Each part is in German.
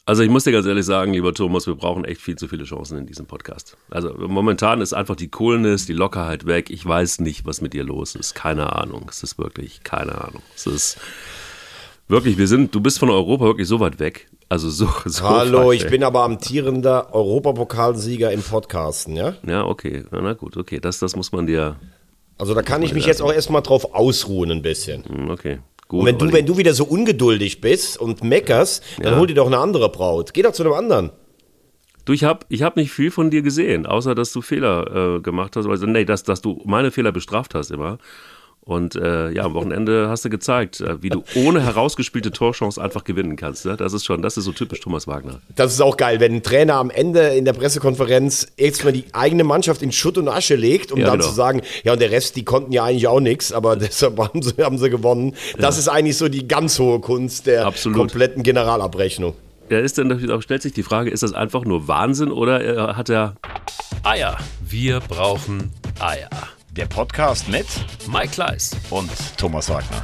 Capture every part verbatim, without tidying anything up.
Also ich muss dir ganz ehrlich sagen, lieber Thomas, wir brauchen echt viel zu viele Chancen in diesem Podcast. Also momentan ist einfach die Coolness, die Lockerheit weg. Ich weiß nicht, was mit dir los ist. Keine Ahnung. Es ist wirklich keine Ahnung. Es ist wirklich, wir sind, du bist von Europa wirklich so weit weg. Also so, so Hallo, weit ich weg. bin aber amtierender Europapokalsieger im Podcasten, ja? Ja, okay. Na gut, okay. Das, das muss man dir... Also da kann ich mich jetzt auch erstmal drauf ausruhen ein bisschen. Okay. Gut, und wenn du, wenn du wieder so ungeduldig bist und meckerst, dann Ja. hol dir doch eine andere Braut. Geh doch zu einem anderen. Du, ich habe ich hab nicht viel von dir gesehen, außer dass du Fehler äh, gemacht hast. Also, nee, dass, dass du meine Fehler bestraft hast immer. Und äh, ja, am Wochenende hast du gezeigt, äh, wie du ohne herausgespielte Torchance einfach gewinnen kannst. Ne? Das ist schon, das ist so typisch Thomas Wagner. Das ist auch geil, wenn ein Trainer am Ende in der Pressekonferenz erstmal die eigene Mannschaft in Schutt und Asche legt, um Ja, dann genau. zu sagen, ja, und der Rest, die konnten ja eigentlich auch nichts, aber deshalb haben sie, haben sie gewonnen. Das ist eigentlich so die ganz hohe Kunst der Absolut. kompletten Generalabrechnung. Ja, ist denn, da stellt sich die Frage, ist das einfach nur Wahnsinn oder äh, hat er Eier? Wir brauchen Eier. Der Podcast mit Mike Kleiss. und Thomas Wagner.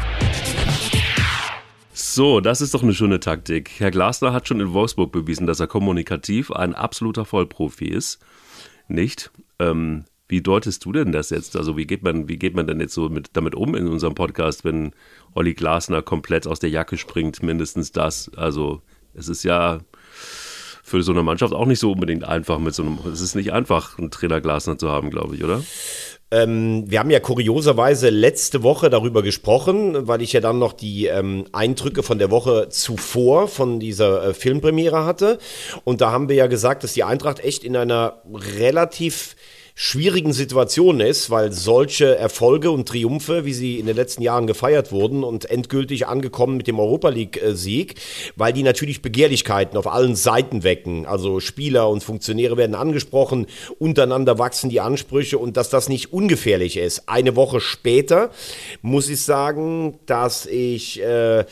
So, das ist doch eine schöne Taktik. Herr Glasner hat schon in Wolfsburg bewiesen, dass er kommunikativ ein absoluter Vollprofi ist. Nicht? Ähm, wie deutest du denn das jetzt? Also wie geht man, wie geht man denn jetzt so mit, damit um in unserem Podcast, wenn Olli Glasner komplett aus der Jacke springt, mindestens das? Also es ist ja für so eine Mannschaft auch nicht so unbedingt einfach mit so einem, es ist nicht einfach, einen Trainer Glasner zu haben, glaube ich, oder? Ähm, wir haben ja kurioserweise letzte Woche darüber gesprochen, weil ich ja dann noch die ähm, Eindrücke von der Woche zuvor von dieser äh, Filmpremiere hatte. Und da haben wir ja gesagt, dass die Eintracht echt in einer relativ schwierigen Situation ist, weil solche Erfolge und Triumphe, wie sie in den letzten Jahren gefeiert wurden und endgültig angekommen mit dem Europa-League-Sieg, weil die natürlich Begehrlichkeiten auf allen Seiten wecken. Also Spieler und Funktionäre werden angesprochen, untereinander wachsen die Ansprüche und dass das nicht ungefährlich ist. Eine Woche später muss ich sagen, dass ich äh,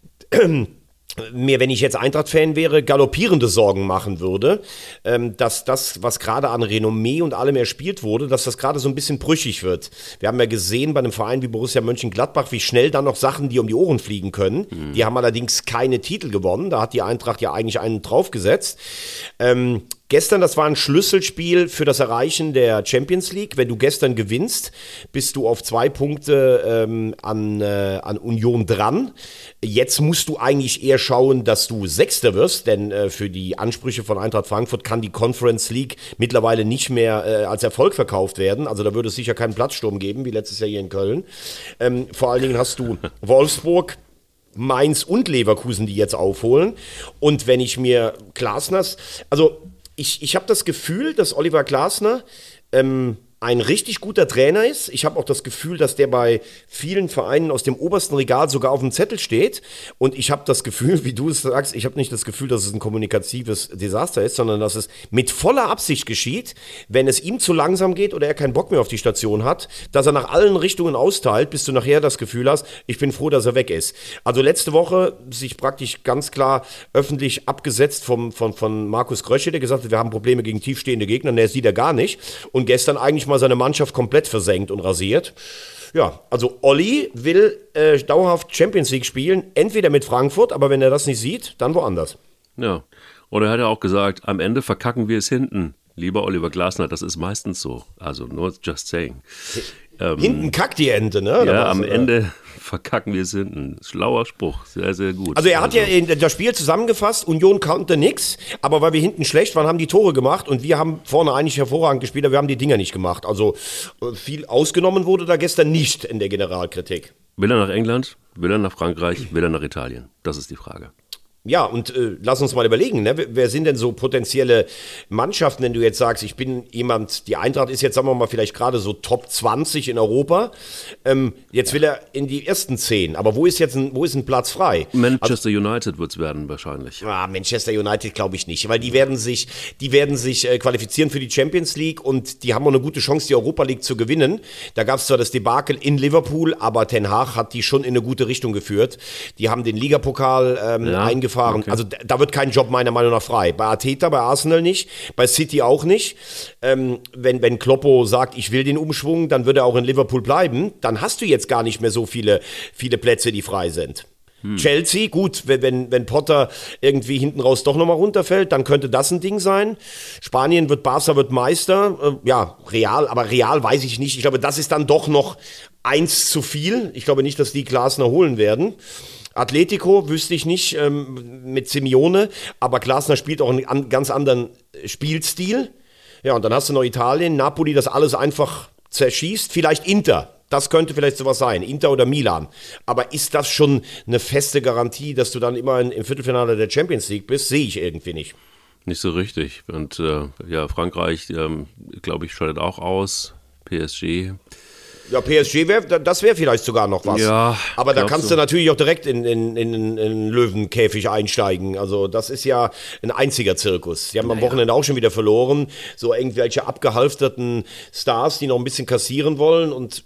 mir, wenn ich jetzt Eintracht-Fan wäre, galoppierende Sorgen machen würde, ähm, dass das, was gerade an Renommee und allem erspielt wurde, dass das gerade so ein bisschen brüchig wird. Wir haben ja gesehen bei einem Verein wie Borussia Mönchengladbach, wie schnell dann noch Sachen, die um die Ohren fliegen können. Mhm. Die haben allerdings keine Titel gewonnen. Da hat die Eintracht ja eigentlich einen draufgesetzt. Ähm, Gestern, das war ein Schlüsselspiel für das Erreichen der Champions League. Wenn du gestern gewinnst, bist du auf zwei Punkte ähm, an, äh, an Union dran. Jetzt musst du eigentlich eher schauen, dass du Sechster wirst, denn äh, für die Ansprüche von Eintracht Frankfurt kann die Conference League mittlerweile nicht mehr äh, als Erfolg verkauft werden. Also da würde es sicher keinen Platzsturm geben, wie letztes Jahr hier in Köln. Ähm, vor allen Dingen hast du Wolfsburg, Mainz und Leverkusen, die jetzt aufholen. Und wenn ich mir Glasners, also Ich, ich habe das Gefühl, dass Oliver Glasner ähm, ein richtig guter Trainer ist. Ich habe auch das Gefühl, dass der bei vielen Vereinen aus dem obersten Regal sogar auf dem Zettel steht. Und ich habe das Gefühl, wie du es sagst, ich habe nicht das Gefühl, dass es ein kommunikatives Desaster ist, sondern dass es mit voller Absicht geschieht, wenn es ihm zu langsam geht oder er keinen Bock mehr auf die Station hat, dass er nach allen Richtungen austeilt, bis du nachher das Gefühl hast, ich bin froh, dass er weg ist. Also letzte Woche sich praktisch ganz klar öffentlich abgesetzt vom, von, von Markus Krösche, der gesagt hat, wir haben Probleme gegen tiefstehende Gegner, und der sieht er gar nicht. Und gestern eigentlich mal seine Mannschaft komplett versenkt und rasiert. Ja, also Olli will äh, dauerhaft Champions League spielen, entweder mit Frankfurt, aber wenn er das nicht sieht, dann woanders. Ja, und er hat ja auch gesagt, am Ende verkacken wir es hinten. Lieber Oliver Glasner, das ist meistens so. Also nur just saying. Ähm, Hinten kackt die Ente, ne? Ja, am Ende verkacken wir es hinten. Schlauer Spruch, sehr, sehr gut. Also er hat ja in das Spiel zusammengefasst, Union konnte nix, aber weil wir hinten schlecht waren, haben die Tore gemacht und wir haben vorne eigentlich hervorragend gespielt, aber wir haben die Dinger nicht gemacht. Also viel ausgenommen wurde da gestern nicht in der Generalkritik. Will er nach England? Will er nach Frankreich? Will er nach Italien? Das ist die Frage. Ja, und äh, lass uns mal überlegen, ne? Wer sind denn so potenzielle Mannschaften, wenn du jetzt sagst, ich bin jemand, die Eintracht ist jetzt, sagen wir mal, vielleicht gerade so Top zwanzig in Europa, ähm, jetzt will er in die ersten zehn, aber wo ist jetzt ein, wo ist ein Platz frei? Manchester also, United wird es werden wahrscheinlich. Ah, Manchester United glaube ich nicht, weil die werden sich, die werden sich äh, qualifizieren für die Champions League und die haben auch eine gute Chance, die Europa League zu gewinnen. Da gab es zwar das Debakel in Liverpool, aber Ten Hag hat die schon in eine gute Richtung geführt. Die haben den Ligapokal ähm, ja. eingefahren. Okay. Also da wird kein Job meiner Meinung nach frei. Bei Arteta, bei Arsenal nicht, bei City auch nicht. Ähm, wenn, wenn Kloppo sagt, ich will den Umschwung, dann wird er auch in Liverpool bleiben. Dann hast du jetzt gar nicht mehr so viele, viele Plätze, die frei sind. Hm. Chelsea, gut, wenn, wenn Potter irgendwie hinten raus doch nochmal runterfällt, dann könnte das ein Ding sein. Spanien wird, Barca wird Meister. Äh, ja, Real, aber Real weiß ich nicht. Ich glaube, das ist dann doch noch eins zu viel. Ich glaube nicht, dass die Glasner holen werden. Atletico wüsste ich nicht, ähm, mit Simeone, aber Glasner spielt auch einen an, ganz anderen Spielstil. Ja, und dann hast du noch Italien, Napoli, das alles einfach zerschießt. Vielleicht Inter. Das könnte vielleicht sowas sein, Inter oder Milan. Aber ist das schon eine feste Garantie, dass du dann immer im Viertelfinale der Champions League bist? Sehe ich irgendwie nicht. Nicht so richtig. Und äh, ja, Frankreich, ähm, glaube ich, scheidet auch aus. P S G. Ja, P S G wäre, das wäre vielleicht sogar noch was. Ja, aber da kannst du? du natürlich auch direkt in, in, in, in den Löwenkäfig einsteigen. Also das ist ja ein einziger Zirkus. Die haben naja. am Wochenende auch schon wieder verloren. So irgendwelche abgehalfterten Stars, die noch ein bisschen kassieren wollen und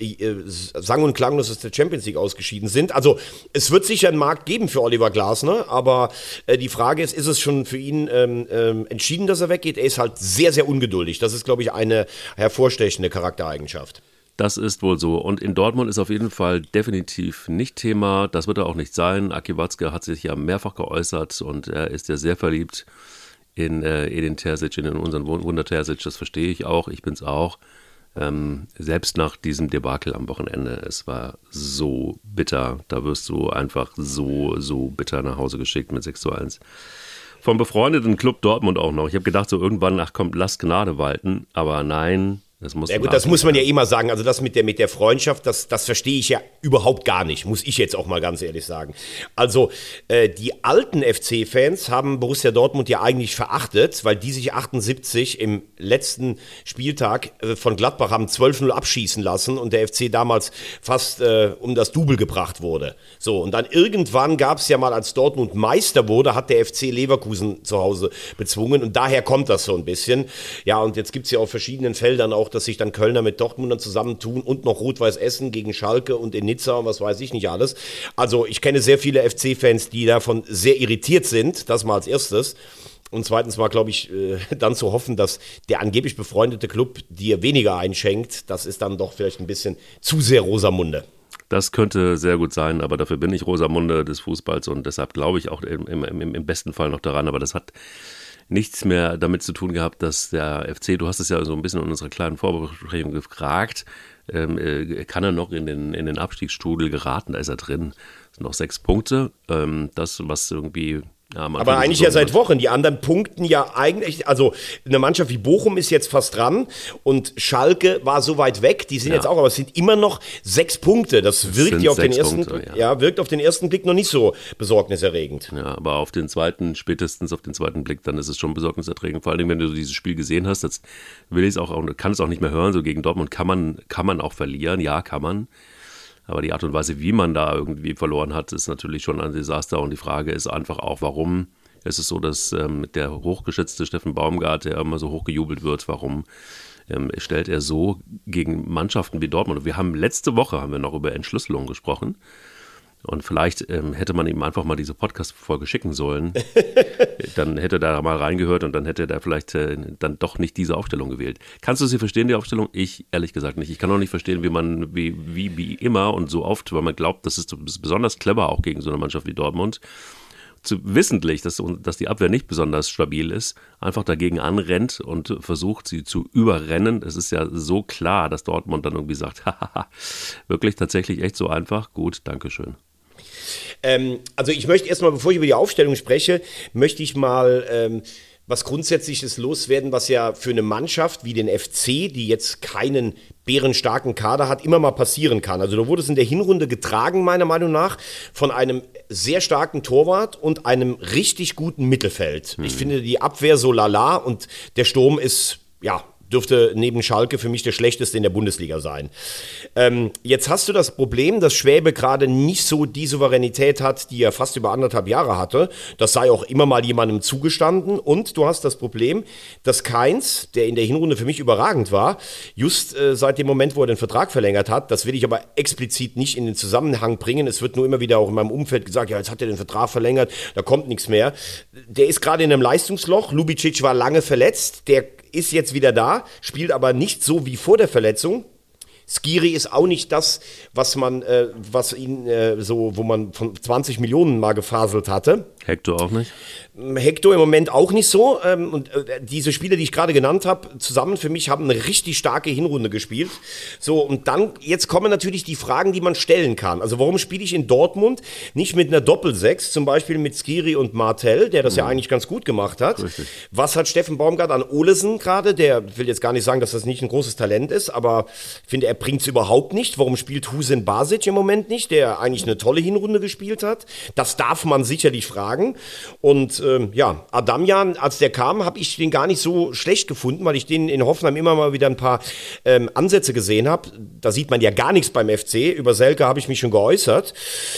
sang- und klanglos aus der Champions League ausgeschieden sind. Also es wird sicher einen Markt geben für Oliver Glasner, aber äh, die Frage ist, ist es schon für ihn ähm, ähm, entschieden, dass er weggeht? Er ist halt sehr, sehr ungeduldig. Das ist, glaube ich, eine hervorstechende Charaktereigenschaft. Das ist wohl so. Und in Dortmund ist auf jeden Fall definitiv nicht Thema. Das wird er auch nicht sein. Aki Watzke hat sich ja mehrfach geäußert und er ist ja sehr verliebt in äh, Edin Terzic, in unseren Wunder Terzic. Das verstehe ich auch. Ich bin es auch. Ähm, selbst nach diesem Debakel am Wochenende. Es war so bitter. Da wirst du einfach so, so bitter nach Hause geschickt mit sechs zu eins. Vom befreundeten Club Dortmund auch noch. Ich habe gedacht, so irgendwann, ach komm, lass Gnade walten. Aber nein. Das muss ja gut, das muss man ja immer sagen. Also das mit der, mit der Freundschaft, das, das verstehe ich ja überhaupt gar nicht, muss ich jetzt auch mal ganz ehrlich sagen. Also äh, die alten F C-Fans haben Borussia Dortmund ja eigentlich verachtet, weil die sich achtundsiebzig im letzten Spieltag äh, von Gladbach haben zwölf null abschießen lassen und der F C damals fast äh, um das Double gebracht wurde. So, und dann irgendwann gab es ja mal, als Dortmund Meister wurde, hat der F C Leverkusen zu Hause bezwungen und daher kommt das so ein bisschen. Ja, und jetzt gibt es ja auf verschiedenen Feldern auch, dass sich dann Kölner mit Dortmundern zusammentun und noch Rot-Weiß Essen gegen Schalke und in Nizza und was weiß ich nicht alles. Also ich kenne sehr viele F C-Fans, die davon sehr irritiert sind, das mal als erstes. Und zweitens war, glaube ich, dann zu hoffen, dass der angeblich befreundete Club dir weniger einschenkt. Das ist dann doch vielleicht ein bisschen zu sehr Rosamunde. Das könnte sehr gut sein, aber dafür bin ich Rosamunde des Fußballs und deshalb glaube ich auch im, im, im besten Fall noch daran. Aber das hat nichts mehr damit zu tun gehabt, dass der F C, du hast es ja so ein bisschen in unserer kleinen Vorbesprechung gefragt, ähm, äh, kann er noch in den, in den Abstiegsstrudel geraten, da ist er drin. Das sind noch sechs Punkte, ähm, das, was irgendwie... Ja, aber eigentlich ja seit Wochen. Die anderen punkten ja eigentlich, also eine Mannschaft wie Bochum ist jetzt fast dran und Schalke war so weit weg, die sind ja. jetzt auch, aber es sind immer noch sechs Punkte. Das wirkt ja auf den ersten, Punkte, ja. ja, wirkt auf den ersten Blick noch nicht so besorgniserregend. Ja, aber auf den zweiten, spätestens auf den zweiten Blick, dann ist es schon besorgniserregend. Vor allem, wenn du dieses Spiel gesehen hast, jetzt will ich es auch, kann es auch nicht mehr hören, so gegen Dortmund kann man, kann man auch verlieren, ja, kann man. Aber die Art und Weise, wie man da irgendwie verloren hat, ist natürlich schon ein Desaster. Und die Frage ist einfach auch, warum ist es so, dass ähm, der hochgeschätzte Steffen Baumgart, der immer so hochgejubelt wird, warum ähm, stellt er so gegen Mannschaften wie Dortmund? Und wir haben letzte Woche haben wir noch über Entschlüsselung gesprochen. Und vielleicht ähm, hätte man ihm einfach mal diese Podcast-Folge schicken sollen. Dann hätte er da mal reingehört und dann hätte er da vielleicht äh, dann doch nicht diese Aufstellung gewählt. Kannst du sie verstehen, die Aufstellung? Ich ehrlich gesagt nicht. Ich kann auch nicht verstehen, wie man, wie, wie, wie immer und so oft, weil man glaubt, das ist besonders clever auch gegen so eine Mannschaft wie Dortmund, zu, wissentlich, dass, dass die Abwehr nicht besonders stabil ist, einfach dagegen anrennt und versucht, sie zu überrennen. Es ist ja so klar, dass Dortmund dann irgendwie sagt, hahaha, wirklich tatsächlich echt so einfach? Gut, Dankeschön. Ähm, also ich möchte erstmal, bevor ich über die Aufstellung spreche, möchte ich mal ähm, was Grundsätzliches loswerden, was ja für eine Mannschaft wie den F C, die jetzt keinen bärenstarken Kader hat, immer mal passieren kann. Also da wurde es in der Hinrunde getragen, meiner Meinung nach, von einem sehr starken Torwart und einem richtig guten Mittelfeld. Hm. Ich finde die Abwehr so lala und der Sturm ist, ja, dürfte neben Schalke für mich der schlechteste in der Bundesliga sein. Ähm, jetzt hast du das Problem, dass Schwäbe gerade nicht so die Souveränität hat, die er fast über anderthalb Jahre hatte. Das sei auch immer mal jemandem zugestanden. Und du hast das Problem, dass Keins, der in der Hinrunde für mich überragend war, just äh, seit dem Moment, wo er den Vertrag verlängert hat, das will ich aber explizit nicht in den Zusammenhang bringen. Es wird nur immer wieder auch in meinem Umfeld gesagt, ja, jetzt hat er den Vertrag verlängert, da kommt nichts mehr. Der ist gerade in einem Leistungsloch. Lubicic war lange verletzt, der ist jetzt wieder da, spielt aber nicht so wie vor der Verletzung. Skiri ist auch nicht das, was man, äh, was ihn äh, so, wo man von zwanzig Millionen mal gefaselt hatte. Hector auch nicht? Hector im Moment auch nicht so. Ähm, und äh, diese Spieler, die ich gerade genannt habe, zusammen für mich haben eine richtig starke Hinrunde gespielt. So, und dann, jetzt kommen natürlich die Fragen, die man stellen kann. Also warum spiele ich in Dortmund nicht mit einer Doppelsechs, zum Beispiel mit Skiri und Martel, der das mhm. ja eigentlich ganz gut gemacht hat. Richtig. Was hat Steffen Baumgart an Olesen gerade? Der will jetzt gar nicht sagen, dass das nicht ein großes Talent ist, aber ich finde, er bringt es überhaupt nicht. Warum spielt Hüseyin Basic im Moment nicht, der eigentlich eine tolle Hinrunde gespielt hat? Das darf man sicherlich fragen. Und ähm, ja, Adamjan, als der kam, habe ich den gar nicht so schlecht gefunden, weil ich den in Hoffenheim immer mal wieder ein paar ähm, Ansätze gesehen habe. Da sieht man ja gar nichts beim F C. Über Selke habe ich mich schon geäußert.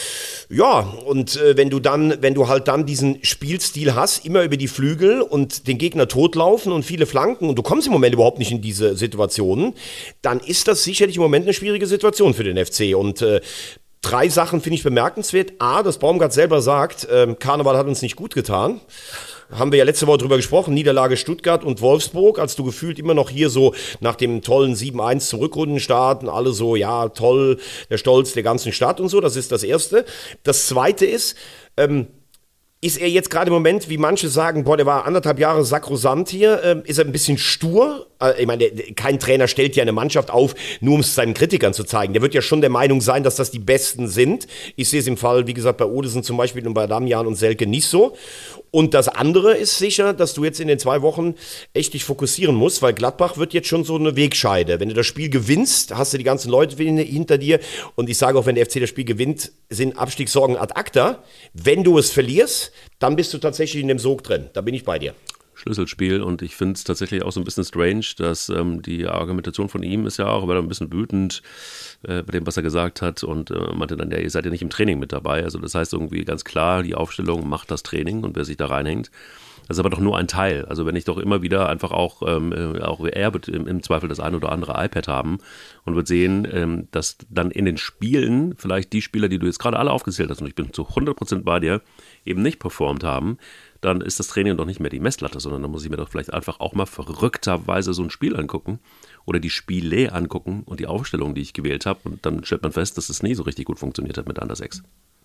Ja, und äh, wenn du dann, wenn du halt dann diesen Spielstil hast, immer über die Flügel und den Gegner totlaufen und viele Flanken und du kommst im Moment überhaupt nicht in diese Situationen, dann ist das sicherlich im Moment eine schwierige Situation für den F C. Und äh, drei Sachen finde ich bemerkenswert. A, dass Baumgart selber sagt, äh, Karneval hat uns nicht gut getan. Haben wir ja letzte Woche drüber gesprochen, Niederlage Stuttgart und Wolfsburg, als du gefühlt immer noch hier so nach dem tollen sieben eins zum Rückrundenstart und alle so, ja, toll, der Stolz der ganzen Stadt und so, das ist das Erste. Das Zweite ist, ähm, ist er jetzt gerade im Moment, wie manche sagen, boah, der war anderthalb Jahre sakrosant hier, äh, ist er ein bisschen stur? Äh, ich meine, der, kein Trainer stellt ja eine Mannschaft auf, nur um es seinen Kritikern zu zeigen. Der wird ja schon der Meinung sein, dass das die Besten sind. Ich sehe es im Fall, wie gesagt, bei Olesen zum Beispiel und bei Damian und Selke nicht so. Und das andere ist sicher, dass du jetzt in den zwei Wochen echt dich fokussieren musst, weil Gladbach wird jetzt schon so eine Wegscheide. Wenn du das Spiel gewinnst, hast du die ganzen Leute hinter dir. Und ich sage auch, wenn der F C das Spiel gewinnt, sind Abstiegssorgen ad acta. Wenn du es verlierst, dann bist du tatsächlich in dem Sog drin. Da bin ich bei dir. Schlüsselspiel und ich finde es tatsächlich auch so ein bisschen strange, dass ähm, die Argumentation von ihm ist ja auch, er war ein bisschen wütend äh, bei dem, was er gesagt hat und äh, meinte dann, ja, ihr seid ja nicht im Training mit dabei, also das heißt irgendwie ganz klar, die Aufstellung macht das Training und wer sich da reinhängt, das ist aber doch nur ein Teil, also wenn ich doch immer wieder einfach auch, ähm, auch er wird im, im Zweifel das ein oder andere iPad haben und wird sehen, ähm, dass dann in den Spielen vielleicht die Spieler, die du jetzt gerade alle aufgezählt hast und ich bin zu hundert Prozent bei dir, eben nicht performt haben, dann ist das Training doch nicht mehr die Messlatte, sondern dann muss ich mir doch vielleicht einfach auch mal verrückterweise so ein Spiel angucken oder die Spiele angucken und die Aufstellung, die ich gewählt habe und dann stellt man fest, dass es nie so richtig gut funktioniert hat mit Under sechs.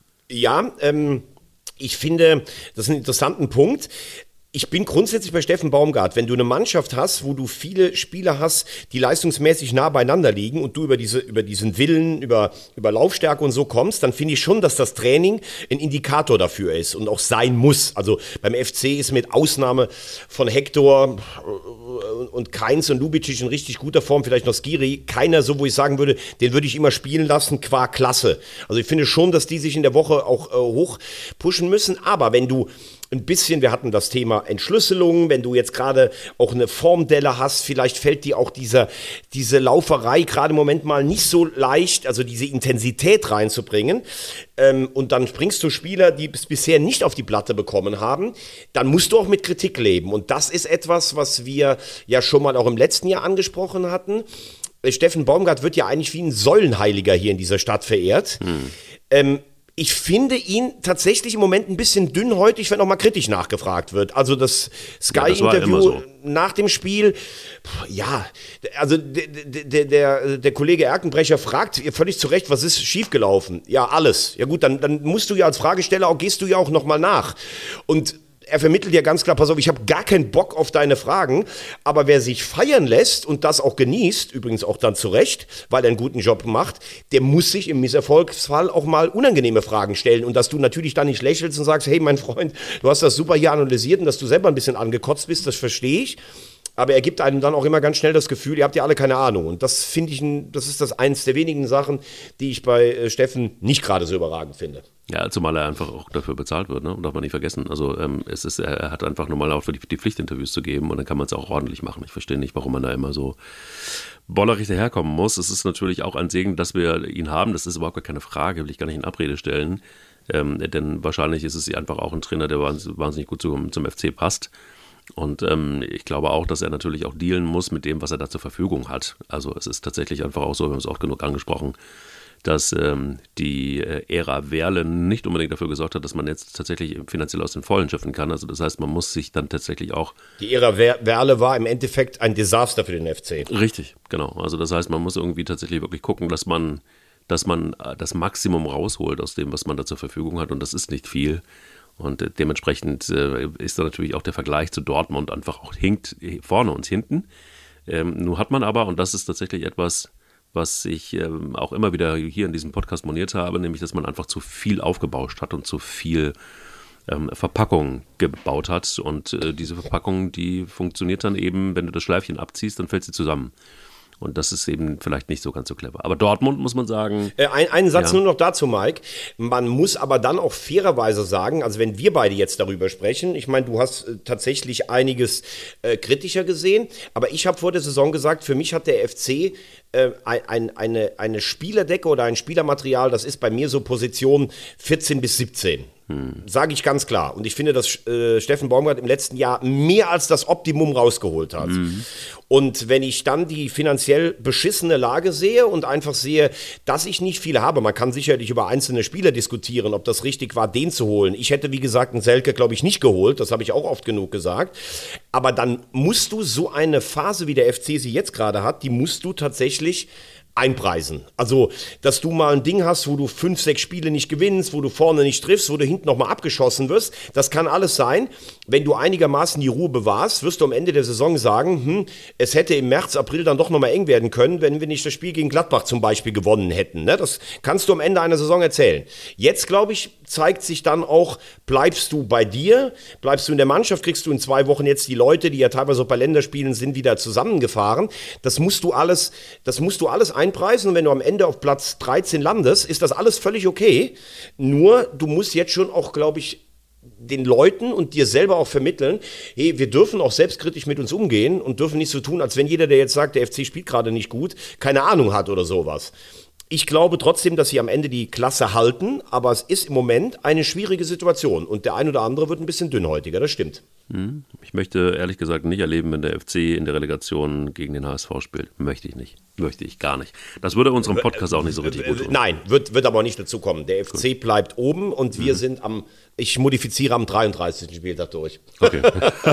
Ja, ähm, ich finde, das ist ein interessanter Punkt. Ich bin grundsätzlich bei Steffen Baumgart, wenn du eine Mannschaft hast, wo du viele Spieler hast, die leistungsmäßig nah beieinander liegen und du über diese, über diesen Willen, über, über Laufstärke und so kommst, dann finde ich schon, dass das Training ein Indikator dafür ist und auch sein muss. Also beim F C ist mit Ausnahme von Hector und Kainz und Lubicic in richtig guter Form, vielleicht noch Skiri, keiner so, wo ich sagen würde, den würde ich immer spielen lassen, qua Klasse. Also ich finde schon, dass die sich in der Woche auch äh, hoch pushen müssen, aber wenn du ein bisschen, wir hatten das Thema Entschlüsselung, wenn du jetzt gerade auch eine Formdelle hast, vielleicht fällt dir auch dieser, diese Lauferei gerade im Moment mal nicht so leicht, also diese Intensität reinzubringen, ähm, und dann bringst du Spieler, die es bisher nicht auf die Platte bekommen haben, dann musst du auch mit Kritik leben und das ist etwas, was wir ja schon mal auch im letzten Jahr angesprochen hatten. Steffen Baumgart wird ja eigentlich wie ein Säulenheiliger hier in dieser Stadt verehrt. Hm. Ähm, Ich finde ihn tatsächlich im Moment ein bisschen dünnhäutig, wenn auch mal kritisch nachgefragt wird. Also das Sky-Interview ja, so. nach dem Spiel, ja, also der, der, der, der Kollege Erkenbrecher fragt völlig zu Recht, was ist schiefgelaufen? Ja, alles. Ja gut, dann, dann musst du ja als Fragesteller auch, gehst du ja auch nochmal nach. Und er vermittelt ja ganz klar, pass auf, ich habe gar keinen Bock auf deine Fragen, aber wer sich feiern lässt und das auch genießt, übrigens auch dann zu Recht, weil er einen guten Job macht, der muss sich im Misserfolgsfall auch mal unangenehme Fragen stellen und dass du natürlich dann nicht lächelst und sagst, hey mein Freund, du hast das super hier analysiert und dass du selber ein bisschen angekotzt bist, das verstehe ich. Aber er gibt einem dann auch immer ganz schnell das Gefühl, ihr habt ja alle keine Ahnung. Und das finde ich, das ist das eins der wenigen Sachen, die ich bei äh, Steffen nicht gerade so überragend finde. Ja, zumal er einfach auch dafür bezahlt wird, ne? Und darf man nicht vergessen. Also ähm, es ist, er hat einfach normal auch für die, die Pflichtinterviews zu geben und dann kann man es auch ordentlich machen. Ich verstehe nicht, warum man da immer so bollerig daherkommen muss. Es ist natürlich auch ein Segen, dass wir ihn haben. Das ist überhaupt gar keine Frage, will ich gar nicht in Abrede stellen. Ähm, denn wahrscheinlich ist es einfach auch ein Trainer, der wahnsinnig gut zum, zum F C passt. Und ähm, ich glaube auch, dass er natürlich auch dealen muss mit dem, was er da zur Verfügung hat. Also es ist tatsächlich einfach auch so, wir haben es auch genug angesprochen, dass ähm, die äh, Ära Werle nicht unbedingt dafür gesorgt hat, dass man jetzt tatsächlich finanziell aus den Vollen schöpfen kann. Also das heißt, man muss sich dann tatsächlich auch... Die Ära Werle war im Endeffekt ein Desaster für den F C. Richtig, genau. Also das heißt, man muss irgendwie tatsächlich wirklich gucken, dass man, dass man das Maximum rausholt aus dem, was man da zur Verfügung hat. Und das ist nicht viel. Und äh, dementsprechend äh, ist da natürlich auch der Vergleich zu Dortmund einfach auch hinkt vorne und hinten. Ähm, nun hat man aber, und das ist tatsächlich etwas... was ich ähm, auch immer wieder hier in diesem Podcast moniert habe, nämlich, dass man einfach zu viel aufgebauscht hat und zu viel ähm, Verpackung gebaut hat. Und äh, diese Verpackung, die funktioniert dann eben, wenn du das Schleifchen abziehst, dann fällt sie zusammen. Und das ist eben vielleicht nicht so ganz so clever. Aber Dortmund muss man sagen... Äh, ein, einen Satz ja. nur noch dazu, Mike. Man muss aber dann auch fairerweise sagen, also wenn wir beide jetzt darüber sprechen, ich meine, du hast äh, tatsächlich einiges äh, kritischer gesehen, aber ich habe vor der Saison gesagt, für mich hat der F C äh, ein, eine, eine Spielerdecke oder ein Spielermaterial, das ist bei mir so Position vierzehn bis siebzehn. Hm. Sage ich ganz klar. Und ich finde, dass äh, Steffen Baumgart im letzten Jahr mehr als das Optimum rausgeholt hat. Mhm. Und wenn ich dann die finanziell beschissene Lage sehe und einfach sehe, dass ich nicht viel habe, man kann sicherlich über einzelne Spieler diskutieren, ob das richtig war, den zu holen. Ich hätte, wie gesagt, einen Selke, glaube ich, nicht geholt. Das habe ich auch oft genug gesagt. Aber dann musst du so eine Phase, wie der F C sie jetzt gerade hat, die musst du tatsächlich einpreisen. Also, dass du mal ein Ding hast, wo du fünf, sechs Spiele nicht gewinnst, wo du vorne nicht triffst, wo du hinten nochmal abgeschossen wirst, das kann alles sein. Wenn du einigermaßen die Ruhe bewahrst, wirst du am Ende der Saison sagen, hm, es hätte im März, April dann doch nochmal eng werden können, wenn wir nicht das Spiel gegen Gladbach zum Beispiel gewonnen hätten. Ne? Das kannst du am Ende einer Saison erzählen. Jetzt, glaube ich, zeigt sich dann auch, bleibst du bei dir, bleibst du in der Mannschaft, kriegst du in zwei Wochen jetzt die Leute, die ja teilweise auch bei Länderspielen sind, wieder zusammengefahren. Das musst du alles, das musst du alles einpreisen und wenn du am Ende auf Platz dreizehn landest, ist das alles völlig okay. Nur, du musst jetzt schon auch, glaube ich, den Leuten und dir selber auch vermitteln, hey, wir dürfen auch selbstkritisch mit uns umgehen und dürfen nicht so tun, als wenn jeder, der jetzt sagt, der F C spielt gerade nicht gut, keine Ahnung hat oder sowas. Ich glaube trotzdem, dass sie am Ende die Klasse halten, aber es ist im Moment eine schwierige Situation und der ein oder andere wird ein bisschen dünnhäutiger, das stimmt. Ich möchte ehrlich gesagt nicht erleben, wenn der F C in der Relegation gegen den H S V spielt. Möchte ich nicht. Möchte ich gar nicht. Das würde unserem Podcast auch nicht so richtig gut tun. Nein, wird, wird aber auch nicht dazu kommen. Der F C gut. bleibt oben und wir mhm. sind am, ich modifiziere am dreiunddreißigsten Spieltag durch. Okay.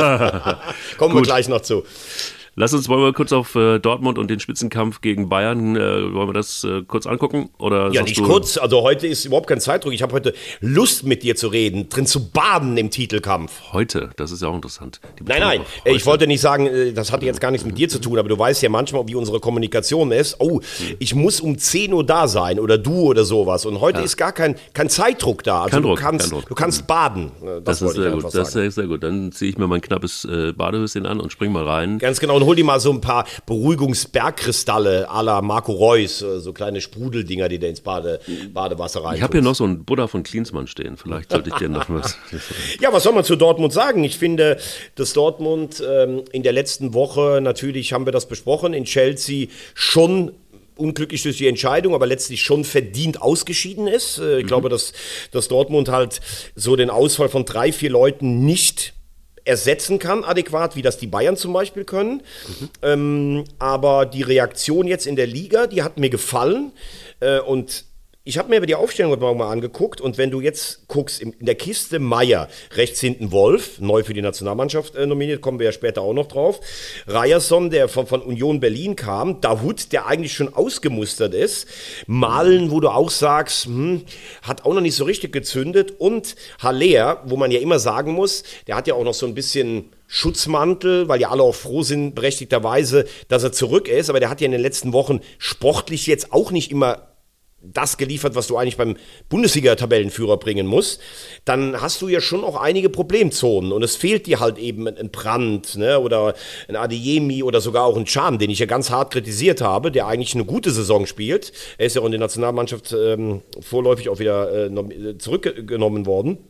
Kommen wir gleich noch zu. Lass uns wollen wir kurz auf äh, Dortmund und den Spitzenkampf gegen Bayern, äh, wollen wir das äh, kurz angucken? Oder ja, nicht du? kurz, also heute ist überhaupt kein Zeitdruck. Ich habe heute Lust mit dir zu reden, drin zu baden im Titelkampf. Heute, das ist ja auch interessant. Nein, nein, ich wollte nicht sagen, das hatte jetzt gar nichts mit dir zu tun, aber du weißt ja manchmal, wie unsere Kommunikation ist. Oh, ich muss um zehn Uhr da sein oder du oder sowas. Und heute ja. ist gar kein, kein Zeitdruck da. Also kein du, Druck, kannst, kein Druck. du kannst baden. Das, das ist sehr gut, das ist sehr, sehr gut. Dann ziehe ich mir mein knappes äh, Badehöschen an und spring mal rein. Ganz genau. Und hol dir mal so ein paar Beruhigungsbergkristalle à la Marco Reus, so kleine Sprudeldinger, die da ins Bade, Badewasser rein. Ich habe hier noch so einen Buddha von Klinsmann stehen. Vielleicht sollte ich dir noch was. Ja, was soll man zu Dortmund sagen? Ich finde, dass Dortmund ähm, in der letzten Woche, natürlich haben wir das besprochen, in Chelsea schon unglücklich durch die Entscheidung, aber letztlich schon verdient ausgeschieden ist. Ich mhm. glaube, dass, dass Dortmund halt so den Ausfall von drei, vier Leuten nicht ersetzen kann, adäquat, wie das die Bayern zum Beispiel können. Mhm. Ähm, aber die Reaktion jetzt in der Liga, die hat mir gefallen. Äh, und ich habe mir aber die Aufstellung heute Morgen mal angeguckt. Und wenn du jetzt guckst, in der Kiste Meier, rechts hinten Wolf, neu für die Nationalmannschaft äh, nominiert, kommen wir ja später auch noch drauf. Ryerson, der von, von Union Berlin kam. Dahoud, der eigentlich schon ausgemustert ist. Malen, wo du auch sagst, hm, hat auch noch nicht so richtig gezündet. Und Haller, wo man ja immer sagen muss, der hat ja auch noch so ein bisschen Schutzmantel, weil ja alle auch froh sind, berechtigterweise, dass er zurück ist. Aber der hat ja in den letzten Wochen sportlich jetzt auch nicht immer das geliefert, was du eigentlich beim Bundesliga-Tabellenführer bringen musst, dann hast du ja schon auch einige Problemzonen und es fehlt dir halt eben ein Brandt, ne, oder ein Adeyemi oder sogar auch ein Can, den ich ja ganz hart kritisiert habe, der eigentlich eine gute Saison spielt. Er ist ja auch in der Nationalmannschaft ähm, vorläufig auch wieder äh, zurückgenommen worden.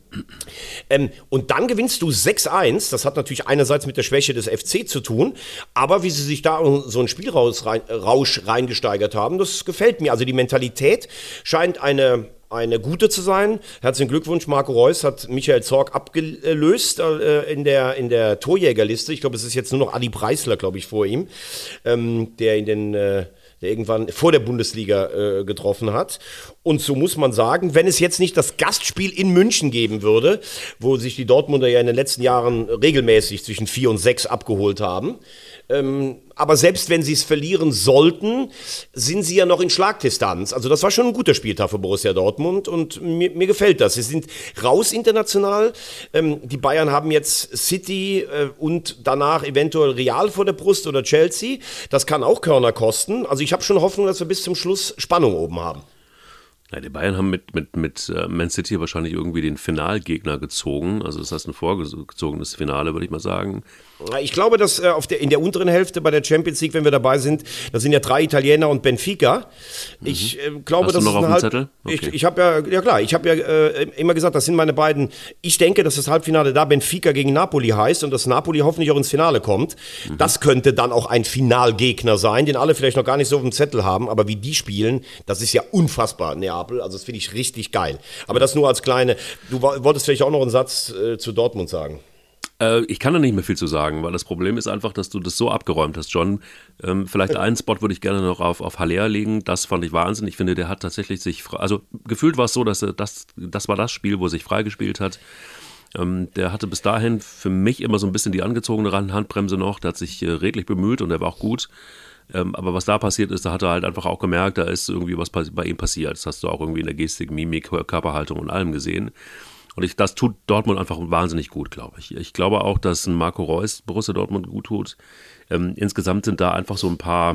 Ähm, und dann gewinnst du sechs eins. Das hat natürlich einerseits mit der Schwäche des F C zu tun, aber wie sie sich da in so einen Spielrausch rein, Rausch reingesteigert haben, das gefällt mir. Also die Mentalität scheint eine, eine gute zu sein. Herzlichen Glückwunsch, Marco Reus hat Michael Zorc abgelöst äh, in, der, in der Torjägerliste. Ich glaube, es ist jetzt nur noch Adi Preisler, glaube ich, vor ihm, ähm, der in den... Äh, der irgendwann vor der Bundesliga äh, getroffen hat. Und so muss man sagen, wenn es jetzt nicht das Gastspiel in München geben würde, wo sich die Dortmunder ja in den letzten Jahren regelmäßig zwischen vier und sechs abgeholt haben, ähm, aber selbst wenn sie es verlieren sollten, sind sie ja noch in Schlagdistanz. Also das war schon ein guter Spieltag für Borussia Dortmund und mir, mir gefällt das. Sie sind raus international. Ähm, die Bayern haben jetzt City äh, und danach eventuell Real vor der Brust oder Chelsea. Das kann auch Körner kosten. Also ich habe schon Hoffnung, dass wir bis zum Schluss Spannung oben haben. Ja, die Bayern haben mit, mit, mit Man City wahrscheinlich irgendwie den Finalgegner gezogen. Also das heißt ein vorgezogenes Finale, würde ich mal sagen. Ich glaube, dass äh, auf der, in der unteren Hälfte bei der Champions League, wenn wir dabei sind, da sind ja drei Italiener und Benfica. Ich äh, glaube, Hast das du noch ist auf dem Halb- Zettel? Okay. Ich, ich habe ja, ja klar, ich habe ja äh, immer gesagt, das sind meine beiden. Ich denke, dass das Halbfinale da Benfica gegen Napoli heißt und dass Napoli hoffentlich auch ins Finale kommt. Mhm. Das könnte dann auch ein Finalgegner sein, den alle vielleicht noch gar nicht so auf dem Zettel haben, aber wie die spielen, das ist ja unfassbar, Neapel. Also das finde ich richtig geil. Aber das nur als kleine. Du wolltest vielleicht auch noch einen Satz äh, zu Dortmund sagen. Ich kann da nicht mehr viel zu sagen, weil das Problem ist einfach, dass du das so abgeräumt hast, John. Ähm, vielleicht einen Spot würde ich gerne noch auf, auf Haller legen. Das fand ich Wahnsinn. Ich finde, der hat tatsächlich sich, also gefühlt war es so, dass er das, das war das Spiel, wo er sich freigespielt hat. Ähm, der hatte bis dahin für mich immer so ein bisschen die angezogene Handbremse noch. Der hat sich äh, redlich bemüht und der war auch gut. Ähm, aber was da passiert ist, da hat er halt einfach auch gemerkt, da ist irgendwie was bei ihm passiert. Das hast du auch irgendwie in der Gestik, Mimik, Körperhaltung und allem gesehen. Und ich, das tut Dortmund einfach wahnsinnig gut, glaube ich. Ich glaube auch, dass ein Marco Reus Borussia Dortmund gut tut. Ähm, insgesamt sind da einfach so ein paar,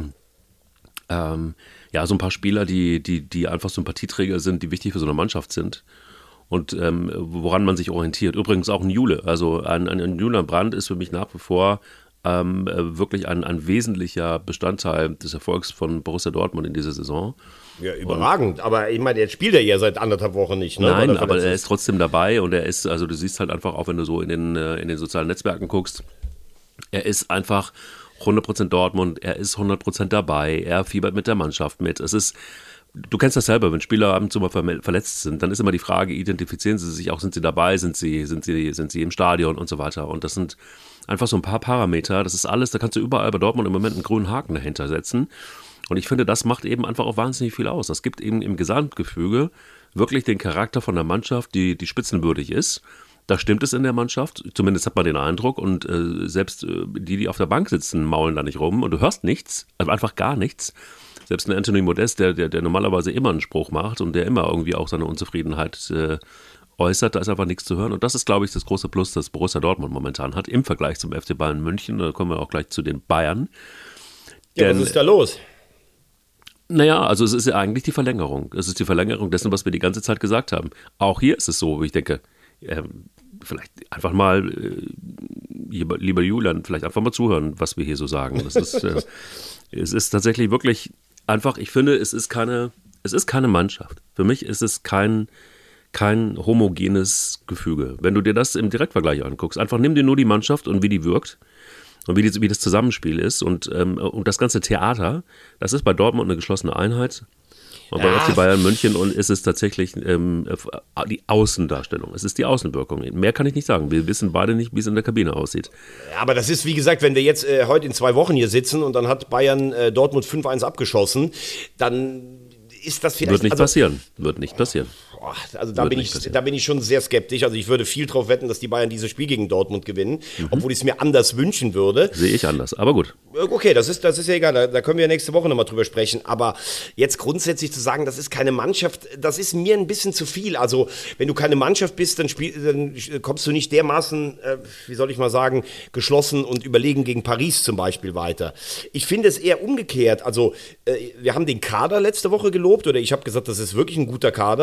ähm, ja, so ein paar Spieler, die, die, die einfach Sympathieträger sind, die wichtig für so eine Mannschaft sind. Und ähm, woran man sich orientiert. Übrigens auch ein Jule. Also ein, ein, ein Julian Brandt ist für mich nach wie vor ähm, wirklich ein, ein wesentlicher Bestandteil des Erfolgs von Borussia Dortmund in dieser Saison. Ja, überragend. Und, aber ich meine, jetzt spielt er ja seit anderthalb Wochen nicht. Ne? Nein, er aber er ist trotzdem dabei und er ist, also du siehst halt einfach auch, wenn du so in den, in den sozialen Netzwerken guckst, er ist einfach hundert Prozent Dortmund, er ist hundert Prozent dabei, er fiebert mit der Mannschaft mit. Es ist, du kennst das selber, wenn Spieler ab und zu mal verletzt sind, dann ist immer die Frage, identifizieren sie sich auch, sind sie dabei, sind sie, sind sie, sind sie im Stadion und so weiter. Und das sind einfach so ein paar Parameter, das ist alles, da kannst du überall bei Dortmund im Moment einen grünen Haken dahinter setzen. Und ich finde, das macht eben einfach auch wahnsinnig viel aus. Das gibt eben im Gesamtgefüge wirklich den Charakter von der Mannschaft, die, die spitzenwürdig ist. Da stimmt es in der Mannschaft, zumindest hat man den Eindruck. Und äh, selbst äh, die, die auf der Bank sitzen, maulen da nicht rum. Und du hörst nichts, also einfach gar nichts. Selbst ein Anthony Modest, der, der, der normalerweise immer einen Spruch macht und der immer irgendwie auch seine Unzufriedenheit äh, äußert, da ist einfach nichts zu hören. Und das ist, glaube ich, das große Plus, das Borussia Dortmund momentan hat, im Vergleich zum F C Bayern München. Da kommen wir auch gleich zu den Bayern. Ja, Denn, was ist da los? Naja, also es ist ja eigentlich die Verlängerung. Es ist die Verlängerung dessen, was wir die ganze Zeit gesagt haben. Auch hier ist es so, wie ich denke, äh, vielleicht einfach mal, äh, lieber, lieber Julian, vielleicht einfach mal zuhören, was wir hier so sagen. Das ist, äh, es ist tatsächlich wirklich einfach, ich finde, es ist keine, es ist keine Mannschaft. Für mich ist es kein, kein homogenes Gefüge. Wenn du dir das im Direktvergleich anguckst, einfach nimm dir nur die Mannschaft und wie die wirkt. Und wie, die, wie das Zusammenspiel ist und, ähm, und das ganze Theater, das ist bei Dortmund eine geschlossene Einheit. Und bei ja. F C Bayern München und ist es tatsächlich ähm, die Außendarstellung. Es ist die Außenwirkung. Mehr kann ich nicht sagen. Wir wissen beide nicht, wie es in der Kabine aussieht. Ja, aber das ist, wie gesagt, wenn wir jetzt äh, heute in zwei Wochen hier sitzen und dann hat Bayern äh, Dortmund fünf eins abgeschossen, dann ist das vielleicht... Wird nicht also, passieren. Wird nicht passieren. Also da bin, ich, da bin ich schon sehr skeptisch. Also ich würde viel drauf wetten, dass die Bayern dieses Spiel gegen Dortmund gewinnen, mhm. obwohl ich es mir anders wünschen würde. Sehe ich anders, aber gut. Okay, das ist, das ist ja egal, da, da können wir nächste Woche nochmal drüber sprechen. Aber jetzt grundsätzlich zu sagen, das ist keine Mannschaft, das ist mir ein bisschen zu viel. Also wenn du keine Mannschaft bist, dann, spiel, dann kommst du nicht dermaßen, äh, wie soll ich mal sagen, geschlossen und überlegen gegen Paris zum Beispiel weiter. Ich finde es eher umgekehrt. Also äh, wir haben den Kader letzte Woche gelobt oder ich habe gesagt, das ist wirklich ein guter Kader. Du siehst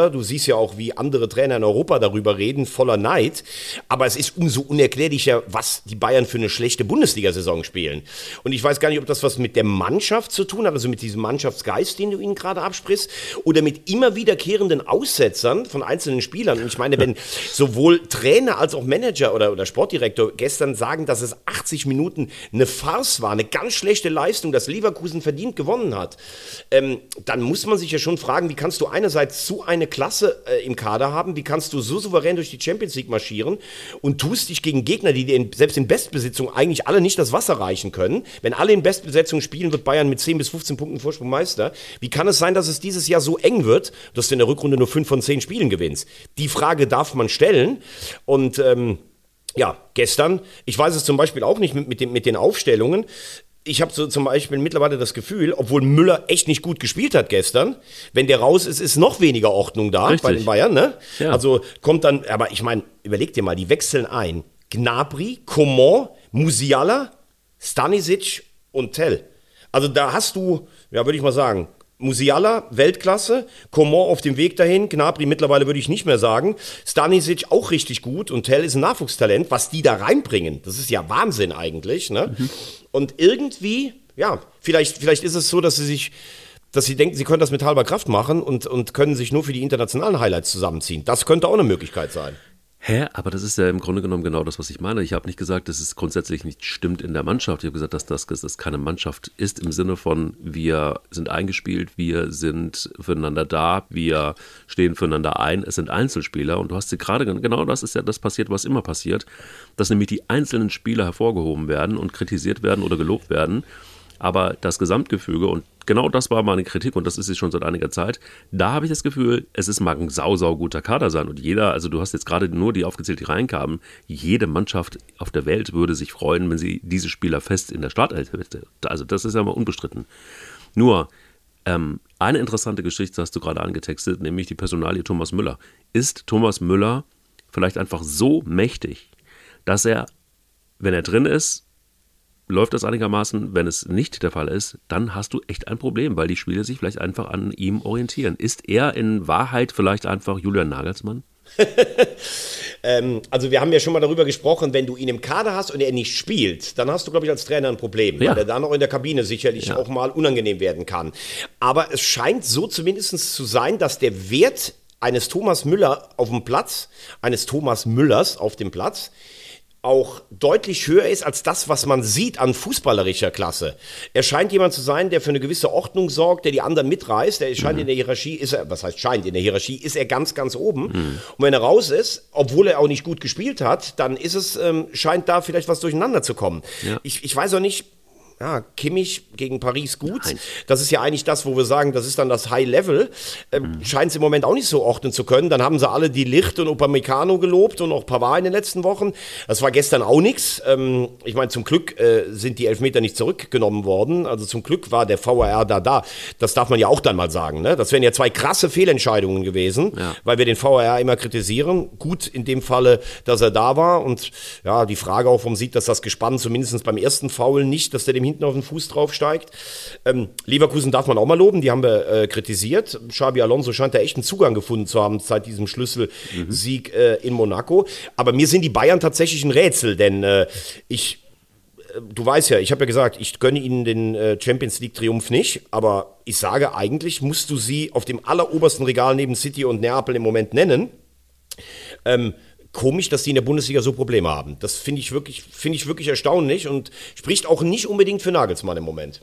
siehst ja auch, wie andere Trainer in Europa darüber reden, voller Neid. Aber es ist umso unerklärlicher, was die Bayern für eine schlechte Bundesliga-Saison spielen. Und ich weiß gar nicht, ob das was mit der Mannschaft zu tun hat, also mit diesem Mannschaftsgeist, den du ihnen gerade absprichst, oder mit immer wiederkehrenden Aussetzern von einzelnen Spielern. Und ich meine, wenn sowohl Trainer als auch Manager oder, oder Sportdirektor gestern sagen, dass es achtzig Minuten eine Farce war, eine ganz schlechte Leistung, dass Leverkusen verdient gewonnen hat, ähm, dann muss man sich ja schon fragen, wie kannst du einerseits so eine Klasse äh, im Kader haben, wie kannst du so souverän durch die Champions League marschieren und tust dich gegen Gegner, die dir in, selbst in Bestbesetzung eigentlich alle nicht das Wasser reichen können. Wenn alle in Bestbesetzung spielen, wird Bayern mit zehn bis fünfzehn Punkten Vorsprung Meister. Wie kann es sein, dass es dieses Jahr so eng wird, dass du in der Rückrunde nur fünf von zehn Spielen gewinnst? Die Frage darf man stellen und ähm, ja, gestern, ich weiß es zum Beispiel auch nicht mit, mit, den, mit den Aufstellungen. Ich habe so zum Beispiel mittlerweile das Gefühl, obwohl Müller echt nicht gut gespielt hat gestern, wenn der raus ist, ist noch weniger Ordnung da Richtig. bei den Bayern. Ne? Ja. Also kommt dann, aber ich meine, überleg dir mal, die wechseln ein. Gnabry, Coman, Musiala, Stanisic und Tell. Also da hast du, ja würde ich mal sagen, Musiala, Weltklasse, Coman auf dem Weg dahin, Gnabry mittlerweile würde ich nicht mehr sagen, Stanisic auch richtig gut und Tell ist ein Nachwuchstalent, was die da reinbringen, das ist ja Wahnsinn eigentlich, ne? Mhm. Und irgendwie, ja, vielleicht, vielleicht ist es so, dass sie sich, dass sie denken, sie können das mit halber Kraft machen und, und können sich nur für die internationalen Highlights zusammenziehen. Das könnte auch eine Möglichkeit sein. Hä? Aber das ist ja im Grunde genommen genau das, was ich meine. Ich habe nicht gesagt, dass es grundsätzlich nicht stimmt in der Mannschaft. Ich habe gesagt, dass das, dass das keine Mannschaft ist im Sinne von, wir sind eingespielt, wir sind füreinander da, wir stehen füreinander ein. Es sind Einzelspieler und du hast sie gerade, genau das ist ja das passiert, was immer passiert, dass nämlich die einzelnen Spieler hervorgehoben werden und kritisiert werden oder gelobt werden. Aber das Gesamtgefüge, und genau das war meine Kritik, und das ist sie schon seit einiger Zeit, da habe ich das Gefühl, es ist, mag ein sau, sau guter Kader sein. Und jeder, also du hast jetzt gerade nur die aufgezählt, die reinkamen, jede Mannschaft auf der Welt würde sich freuen, wenn sie diese Spieler fest in der Startelf hätte. Also das ist ja mal unbestritten. Nur, ähm, eine interessante Geschichte hast du gerade angetextet, nämlich die Personalie Thomas Müller. Ist Thomas Müller vielleicht einfach so mächtig, dass er, wenn er drin ist, läuft das einigermaßen. Wenn es nicht der Fall ist, dann hast du echt ein Problem, weil die Spieler sich vielleicht einfach an ihm orientieren. Ist er in Wahrheit vielleicht einfach Julian Nagelsmann? ähm, also wir haben ja schon mal darüber gesprochen, wenn du ihn im Kader hast und er nicht spielt, dann hast du, glaube ich, als Trainer ein Problem, ja. Weil er da noch in der Kabine sicherlich ja. auch mal unangenehm werden kann. Aber es scheint so zumindest zu sein, dass der Wert eines Thomas Müller auf dem Platz, eines Thomas Müllers auf dem Platz, auch deutlich höher ist als das, was man sieht an fußballerischer Klasse. Er scheint jemand zu sein, der für eine gewisse Ordnung sorgt, der die anderen mitreißt. Er scheint mhm. in der Hierarchie, ist er, was heißt scheint, in der Hierarchie ist er ganz, ganz oben. Mhm. Und wenn er raus ist, obwohl er auch nicht gut gespielt hat, dann ist es, ähm, scheint da vielleicht was durcheinander zu kommen. Ja. Ich, ich weiß auch nicht, ja, Kimmich gegen Paris gut. Nein. Das ist ja eigentlich das, wo wir sagen, das ist dann das High Level. Ähm, mhm. Scheint es im Moment auch nicht so ordnen zu können. Dann haben sie alle die Ligt und Upamecano gelobt und auch Pavard in den letzten Wochen. Das war gestern auch nichts. Ähm, ich meine, zum Glück äh, sind die Elfmeter nicht zurückgenommen worden. Also zum Glück war der V A R da da. Das darf man ja auch dann mal sagen. Ne? Das wären ja zwei krasse Fehlentscheidungen gewesen, ja. weil wir den V A R immer kritisieren. Gut in dem Falle, dass er da war. Und ja, die Frage auch, warum sieht das das Gespann zumindest beim ersten Foul nicht, dass der dem hinten auf den Fuß drauf steigt. Ähm, Leverkusen darf man auch mal loben, die haben wir äh, kritisiert. Xabi Alonso scheint da echt einen Zugang gefunden zu haben seit diesem Schlüsselsieg äh, in Monaco. Aber mir sind die Bayern tatsächlich ein Rätsel, denn äh, ich, äh, du weißt ja, ich habe ja gesagt, ich gönne ihnen den äh, Champions League Triumph nicht, aber ich sage, eigentlich musst du sie auf dem allerobersten Regal neben City und Neapel im Moment nennen. Ähm, Komisch, dass die in der Bundesliga so Probleme haben. Das finde ich wirklich, finde ich wirklich erstaunlich und spricht auch nicht unbedingt für Nagelsmann im Moment.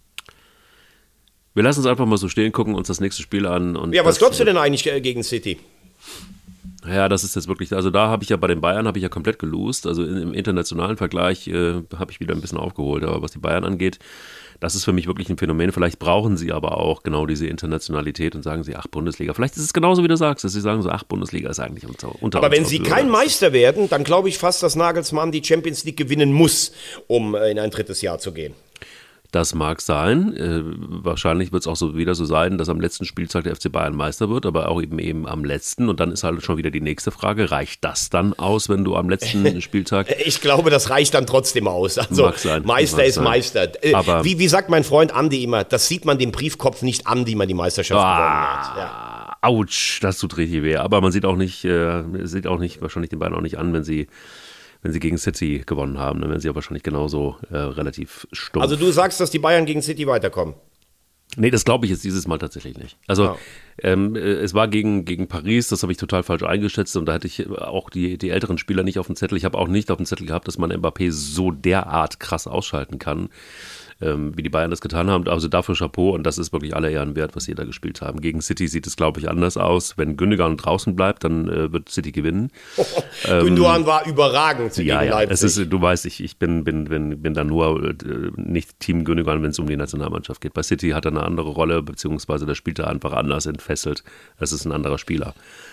Wir lassen es einfach mal so stehen, gucken uns das nächste Spiel an. Und ja, was das, glaubst du denn eigentlich gegen City? Ja, das ist jetzt wirklich, also da habe ich ja bei den Bayern habe ich ja komplett gelost. Also im internationalen Vergleich äh, habe ich wieder ein bisschen aufgeholt. Aber was die Bayern angeht, das ist für mich wirklich ein Phänomen. Vielleicht brauchen sie aber auch genau diese Internationalität und sagen sie, ach, Bundesliga. Vielleicht ist es genauso, wie du sagst, dass sie sagen so, ach, Bundesliga ist eigentlich unter, unter Aber wenn sie kein Meister werden, dann glaube ich fast, dass Nagelsmann die Champions League gewinnen muss, um in ein drittes Jahr zu gehen. Das mag sein. Äh, wahrscheinlich wird es auch so wieder so sein, dass am letzten Spieltag der F C Bayern Meister wird, aber auch eben eben am letzten. Und dann ist halt schon wieder die nächste Frage, reicht das dann aus, wenn du am letzten Spieltag... Ich glaube, das reicht dann trotzdem aus. Also mag sein, Meister mag ist sein. Meister. Äh, aber wie, wie sagt mein Freund Andi immer, das sieht man dem Briefkopf nicht an, die man die Meisterschaft ah, gewonnen hat. Ja. Autsch, das tut richtig weh. Aber man sieht auch nicht, äh, sieht auch nicht, wahrscheinlich den beiden auch nicht an, wenn sie, wenn sie gegen City gewonnen haben. Dann werden sie ja wahrscheinlich genauso äh, relativ stumpf. Also du sagst, dass die Bayern gegen City weiterkommen? Nee, das glaube ich jetzt dieses Mal tatsächlich nicht. Also Ja. ähm, äh, es war gegen, gegen Paris, das habe ich total falsch eingeschätzt und da hätte ich auch die, die älteren Spieler nicht auf dem Zettel. Ich habe auch nicht auf dem Zettel gehabt, dass man Mbappé so derart krass ausschalten kann, ähm, wie die Bayern das getan haben. Also dafür Chapeau und das ist wirklich aller Ehren wert, was sie da gespielt haben. Gegen City sieht es, glaube ich, anders aus. Wenn Gündogan draußen bleibt, dann äh, wird City gewinnen. Gündogan war überragend Ja, gegen ja, Leipzig. es ist, du weißt, ich, ich bin, bin, bin, bin da nur äh, nicht Team Gündogan, wenn es um die Nationalmannschaft geht. Bei City hat er eine andere Rolle, beziehungsweise da spielt er einfach anders entfesselt. Es ist ein anderer Spieler.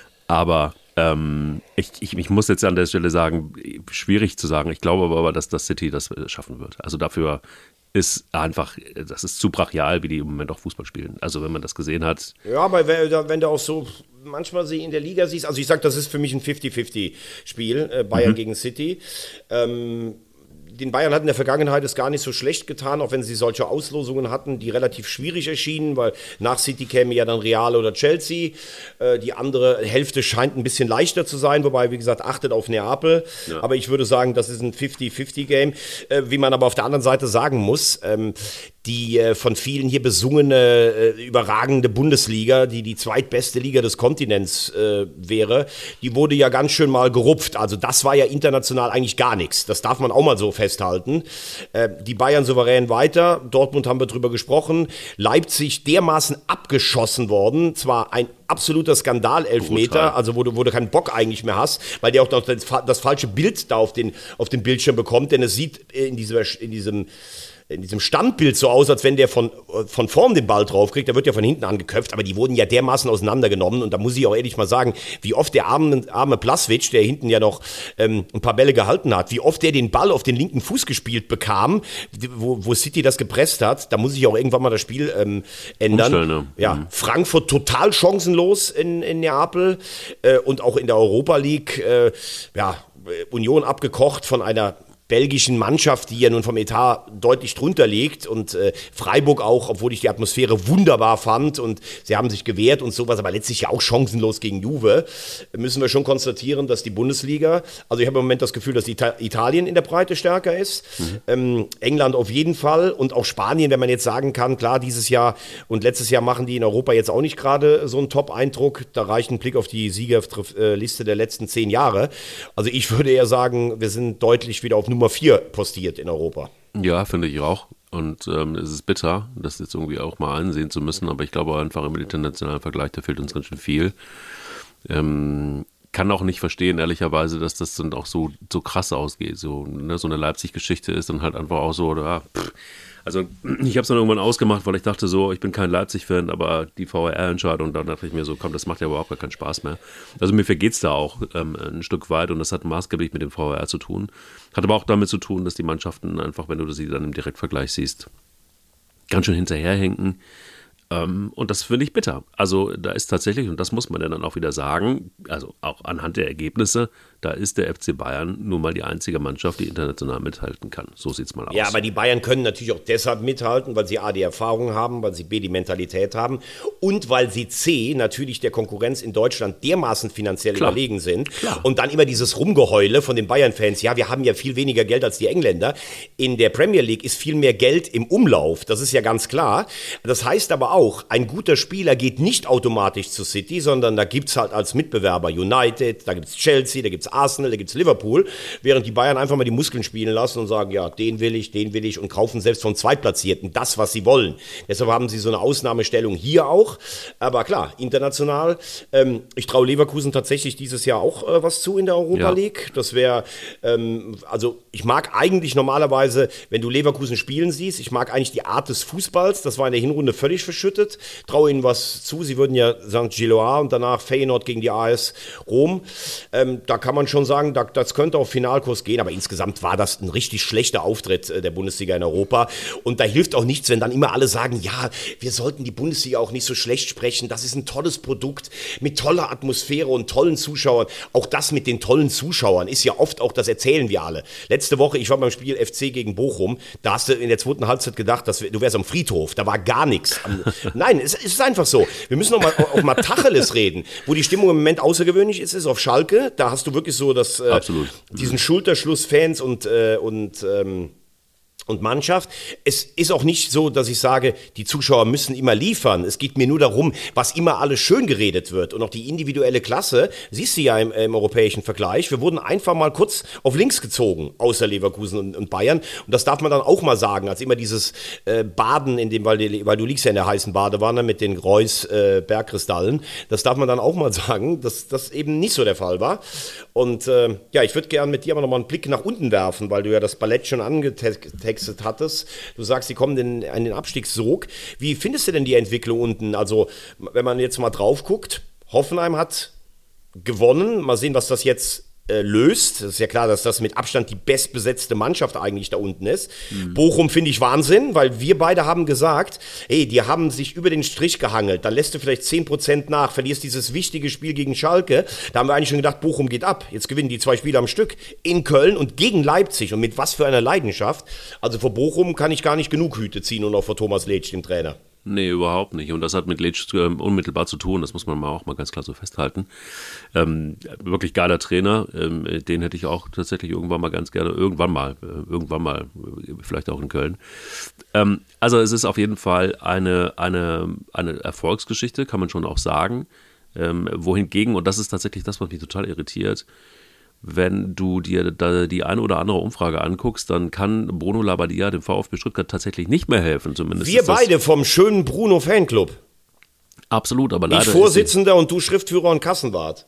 Aber ähm, ich, ich, ich muss jetzt an der Stelle sagen, schwierig zu sagen, ich glaube aber, dass das City das schaffen wird. Also dafür ist einfach, das ist zu brachial, wie die im Moment auch Fußball spielen. Also wenn man das gesehen hat. Ja, aber wenn, wenn du auch so manchmal sie in der Liga siehst, also ich sag, das ist für mich ein fünfzig fünfzig Spiel, äh, Bayern mhm. gegen City. Ähm, den Bayern hat in der Vergangenheit es gar nicht so schlecht getan, auch wenn sie solche Auslosungen hatten, die relativ schwierig erschienen, weil nach City käme ja dann Real oder Chelsea. Äh, die andere Hälfte scheint ein bisschen leichter zu sein, wobei, wie gesagt, achtet auf Neapel. Ja. Aber ich würde sagen, das ist ein fünfzig fünfzig Game. Äh, wie man aber auf der anderen Seite sagen muss, ähm, die äh, von vielen hier besungene, äh, überragende Bundesliga, die die zweitbeste Liga des Kontinents äh, wäre, die wurde ja ganz schön mal gerupft. Also das war ja international eigentlich gar nichts. Das darf man auch mal so festhalten. Äh, die Bayern souverän weiter. Dortmund haben wir drüber gesprochen. Leipzig dermaßen abgeschossen worden. Zwar ein absoluter Skandal-Elfmeter, also wo du, wo du keinen Bock eigentlich mehr hast, weil der auch noch das, das falsche Bild da auf den, auf den Bildschirm bekommt, denn es sieht in, dieser, in diesem in diesem Standbild so aus, als wenn der von, von vorn den Ball draufkriegt, der wird ja von hinten angeköpft, aber die wurden ja dermaßen auseinandergenommen und da muss ich auch ehrlich mal sagen, wie oft der arme, arme Plaswitsch, der hinten ja noch ähm, ein paar Bälle gehalten hat, wie oft der den Ball auf den linken Fuß gespielt bekam, wo, wo City das gepresst hat, da muss ich auch irgendwann mal das Spiel ähm, ändern. Umstellen, ja, mhm. Frankfurt total chancenlos in, in Neapel äh, und auch in der Europa League, äh, ja, Union abgekocht von einer belgischen Mannschaft, die ja nun vom Etat deutlich drunter liegt und äh, Freiburg auch, obwohl ich die Atmosphäre wunderbar fand und sie haben sich gewehrt und sowas, aber letztlich ja auch chancenlos gegen Juve, müssen wir schon konstatieren, dass die Bundesliga, also ich habe im Moment das Gefühl, dass Ita- Italien in der Breite stärker ist, mhm. ähm, England auf jeden Fall und auch Spanien, wenn man jetzt sagen kann, klar, dieses Jahr und letztes Jahr machen die in Europa jetzt auch nicht gerade so einen Top-Eindruck, da reicht ein Blick auf die Siegerliste der letzten zehn Jahre, also ich würde eher sagen, wir sind deutlich wieder auf Nummer vier postiert in Europa. Ja, finde ich auch. Und ähm, es ist bitter, das jetzt irgendwie auch mal einsehen zu müssen, aber ich glaube einfach im internationalen Vergleich, da fehlt uns ganz schön viel. Ähm, kann auch nicht verstehen, ehrlicherweise, dass das dann auch so, so krass ausgeht. So, ne, so eine Leipzig-Geschichte ist dann halt einfach auch so, oder, pff. Also ich habe es dann irgendwann ausgemacht, weil ich dachte so, ich bin kein Leipzig-Fan, aber die V R R-Entscheidung, da dachte ich mir so, komm, das macht ja überhaupt gar keinen Spaß mehr. Also mir vergeht es da auch ähm, ein Stück weit und das hat maßgeblich mit dem V R zu tun. Hat aber auch damit zu tun, dass die Mannschaften einfach, wenn du sie dann im Direktvergleich siehst, ganz schön hinterherhinken. Ähm, und das finde ich bitter. Also da ist tatsächlich, und das muss man ja dann auch wieder sagen, also auch anhand der Ergebnisse, da ist der F C Bayern nun mal die einzige Mannschaft, die international mithalten kann. So sieht es mal aus. Ja, aber die Bayern können natürlich auch deshalb mithalten, weil sie A, die Erfahrung haben, weil sie B, die Mentalität haben und weil sie C, natürlich der Konkurrenz in Deutschland dermaßen finanziell Klar. überlegen sind. Klar. Und dann immer dieses Rumgeheule von den Bayern-Fans, ja, wir haben ja viel weniger Geld als die Engländer. In der Premier League ist viel mehr Geld im Umlauf, das ist ja ganz klar. Das heißt aber auch, ein guter Spieler geht nicht automatisch zu City, sondern da gibt es halt als Mitbewerber United, da gibt es Chelsea, da gibt es Arsenal, da gibt es Liverpool, während die Bayern einfach mal die Muskeln spielen lassen und sagen, ja, den will ich, den will ich und kaufen selbst vom Zweitplatzierten das, was sie wollen. Deshalb haben sie so eine Ausnahmestellung hier auch, aber klar, international, ähm, ich traue Leverkusen tatsächlich dieses Jahr auch äh, was zu in der Europa Ja. League. Das wäre, ähm, also ich mag eigentlich normalerweise, wenn du Leverkusen spielen siehst, ich mag eigentlich die Art des Fußballs, das war in der Hinrunde völlig verschüttet, traue ihnen was zu, sie würden ja Sankt Gilloise und danach Feyenoord gegen die A S Rom, ähm, da kann man schon sagen, da, das könnte auf Finalkurs gehen, aber insgesamt war das ein richtig schlechter Auftritt äh, der Bundesliga in Europa und da hilft auch nichts, wenn dann immer alle sagen, ja, wir sollten die Bundesliga auch nicht so schlecht sprechen, das ist ein tolles Produkt mit toller Atmosphäre und tollen Zuschauern, auch das mit den tollen Zuschauern ist ja oft auch, das erzählen wir alle. Letzte Woche, ich war beim Spiel F C gegen Bochum, da hast du in der zweiten Halbzeit gedacht, dass wir, du wärst am Friedhof, da war gar nichts am, Nein, es, es ist einfach so. Wir müssen auch mal, auch mal Tacheles reden. Wo die Stimmung im Moment außergewöhnlich ist, ist auf Schalke. Da hast du wirklich so das, äh, diesen Schulterschluss Fans und, äh, und ähm, und Mannschaft. Es ist auch nicht so, dass ich sage, die Zuschauer müssen immer liefern. Es geht mir nur darum, was immer alles schön geredet wird. Und auch die individuelle Klasse, siehst du ja im, im europäischen Vergleich, wir wurden einfach mal kurz auf links gezogen, außer Leverkusen und, und Bayern. Und das darf man dann auch mal sagen, als immer dieses äh, Baden, in dem, weil, die, weil du liegst ja in der heißen Badewanne mit den Reus äh, Bergkristallen, das darf man dann auch mal sagen, dass das eben nicht so der Fall war. Und äh, ja, ich würde gerne mit dir aber nochmal einen Blick nach unten werfen, weil du ja das Ballett schon angetextet hattest. Du sagst, sie kommen in, in den Abstiegssog. Wie findest du denn die Entwicklung unten? Also, wenn man jetzt mal drauf guckt, Hoffenheim hat gewonnen. Mal sehen, was das jetzt äh, löst. Es ist ja klar, dass das mit Abstand die bestbesetzte Mannschaft eigentlich da unten ist. Mhm. Bochum finde ich Wahnsinn, weil wir beide haben gesagt, hey, die haben sich über den Strich gehangelt. Dann lässt du vielleicht zehn Prozent nach, verlierst dieses wichtige Spiel gegen Schalke. Da haben wir eigentlich schon gedacht, Bochum geht ab. Jetzt gewinnen die zwei Spiele am Stück in Köln und gegen Leipzig. Und mit was für einer Leidenschaft. Also vor Bochum kann ich gar nicht genug Hüte ziehen und auch vor Thomas Letsch, dem Trainer. Nee, überhaupt nicht. Und das hat mit Letsch äh, unmittelbar zu tun, das muss man mal auch mal ganz klar so festhalten. Ähm, wirklich geiler Trainer, ähm, den hätte ich auch tatsächlich irgendwann mal ganz gerne, irgendwann mal, äh, irgendwann mal, äh, vielleicht auch in Köln. Ähm, also es ist auf jeden Fall eine, eine, eine Erfolgsgeschichte, kann man schon auch sagen. Ähm, wohingegen, und das ist tatsächlich das, was mich total irritiert, wenn du dir da die eine oder andere Umfrage anguckst, dann kann Bruno Labbadia dem VfB Stuttgart tatsächlich nicht mehr helfen. Zumindest wir beide vom schönen Bruno Fanclub. Absolut, aber leider. Ich Vorsitzender und du Schriftführer und Kassenwart.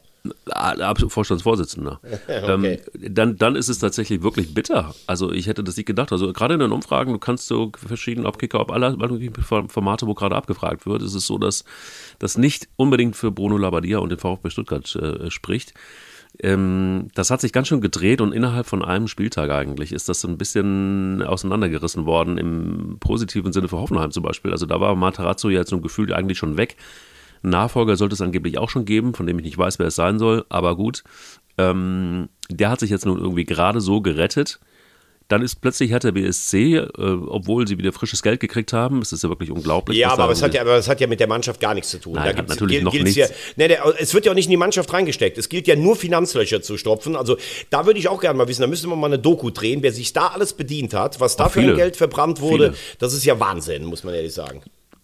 Vorstandsvorsitzender. Okay. ähm, dann, dann ist es tatsächlich wirklich bitter. Also ich hätte das nicht gedacht. Also gerade in den Umfragen, du kannst so verschieden, ob Kicker, ob alle Formate, wo gerade abgefragt wird, ist es so, dass das nicht unbedingt für Bruno Labbadia und den VfB Stuttgart äh, spricht. Ähm, das hat sich ganz schön gedreht und innerhalb von einem Spieltag eigentlich ist das ein bisschen auseinandergerissen worden, im positiven Sinne für Hoffenheim zum Beispiel. Also da war Matarazzo ja jetzt so ein Gefühl eigentlich schon weg. Einen Nachfolger sollte es angeblich auch schon geben, von dem ich nicht weiß, wer es sein soll, aber gut. Ähm, der hat sich jetzt nun irgendwie gerade so gerettet. Dann ist plötzlich Hertha B S C, äh, obwohl sie wieder frisches Geld gekriegt haben, es ist ja wirklich unglaublich. Ja, aber es hat ja, aber es hat ja mit der Mannschaft gar nichts zu tun. Nein, da hat natürlich noch nichts. Ja, nee, der, es wird ja auch nicht in die Mannschaft reingesteckt. Es gilt ja nur Finanzlöcher zu stopfen. Also da würde ich auch gerne mal wissen, da müsste man mal eine Doku drehen, wer sich da alles bedient hat, was da für ein Geld verbrannt wurde. Viele. Das ist ja Wahnsinn, muss man ehrlich sagen.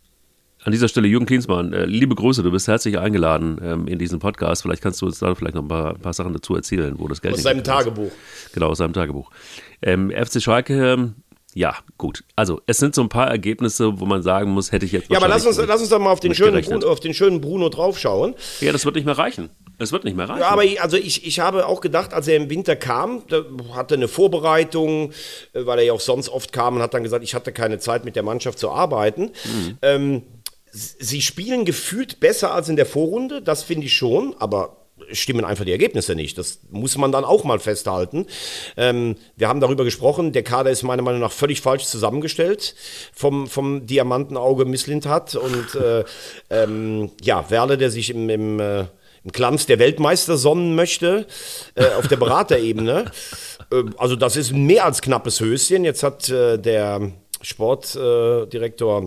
An dieser Stelle, Jürgen Klinsmann, äh, liebe Grüße, du bist herzlich eingeladen ähm, in diesen Podcast. Vielleicht kannst du uns da vielleicht noch ein paar, ein paar Sachen dazu erzählen, wo das Geld aus seinem Tagebuch. Ist. Genau, aus seinem Tagebuch. Ähm, F C Schalke, ähm, ja, gut. Also, es sind so ein paar Ergebnisse, wo man sagen muss, hätte ich jetzt Ja, aber lass uns, lass uns doch mal auf den, schönen Bruno, auf den schönen Bruno draufschauen. Ja, das wird nicht mehr reichen. Es wird nicht mehr reichen. Ja, aber ich, also ich, ich habe auch gedacht, als er im Winter kam, da hatte eine Vorbereitung, weil er ja auch sonst oft kam und hat dann gesagt, ich hatte keine Zeit mit der Mannschaft zu arbeiten. Mhm. Ähm, Sie spielen gefühlt besser als in der Vorrunde, das finde ich schon, aber stimmen einfach die Ergebnisse nicht. Das muss man dann auch mal festhalten. Ähm, wir haben darüber gesprochen, der Kader ist meiner Meinung nach völlig falsch zusammengestellt vom, vom Diamantenauge Misslintat und äh, ähm, ja, Werle, der sich im, im, äh, im Glanz der Weltmeister sonnen möchte, äh, auf der Beraterebene. äh, also das ist ein mehr als knappes Höschen. Jetzt hat äh, der Sportdirektor äh,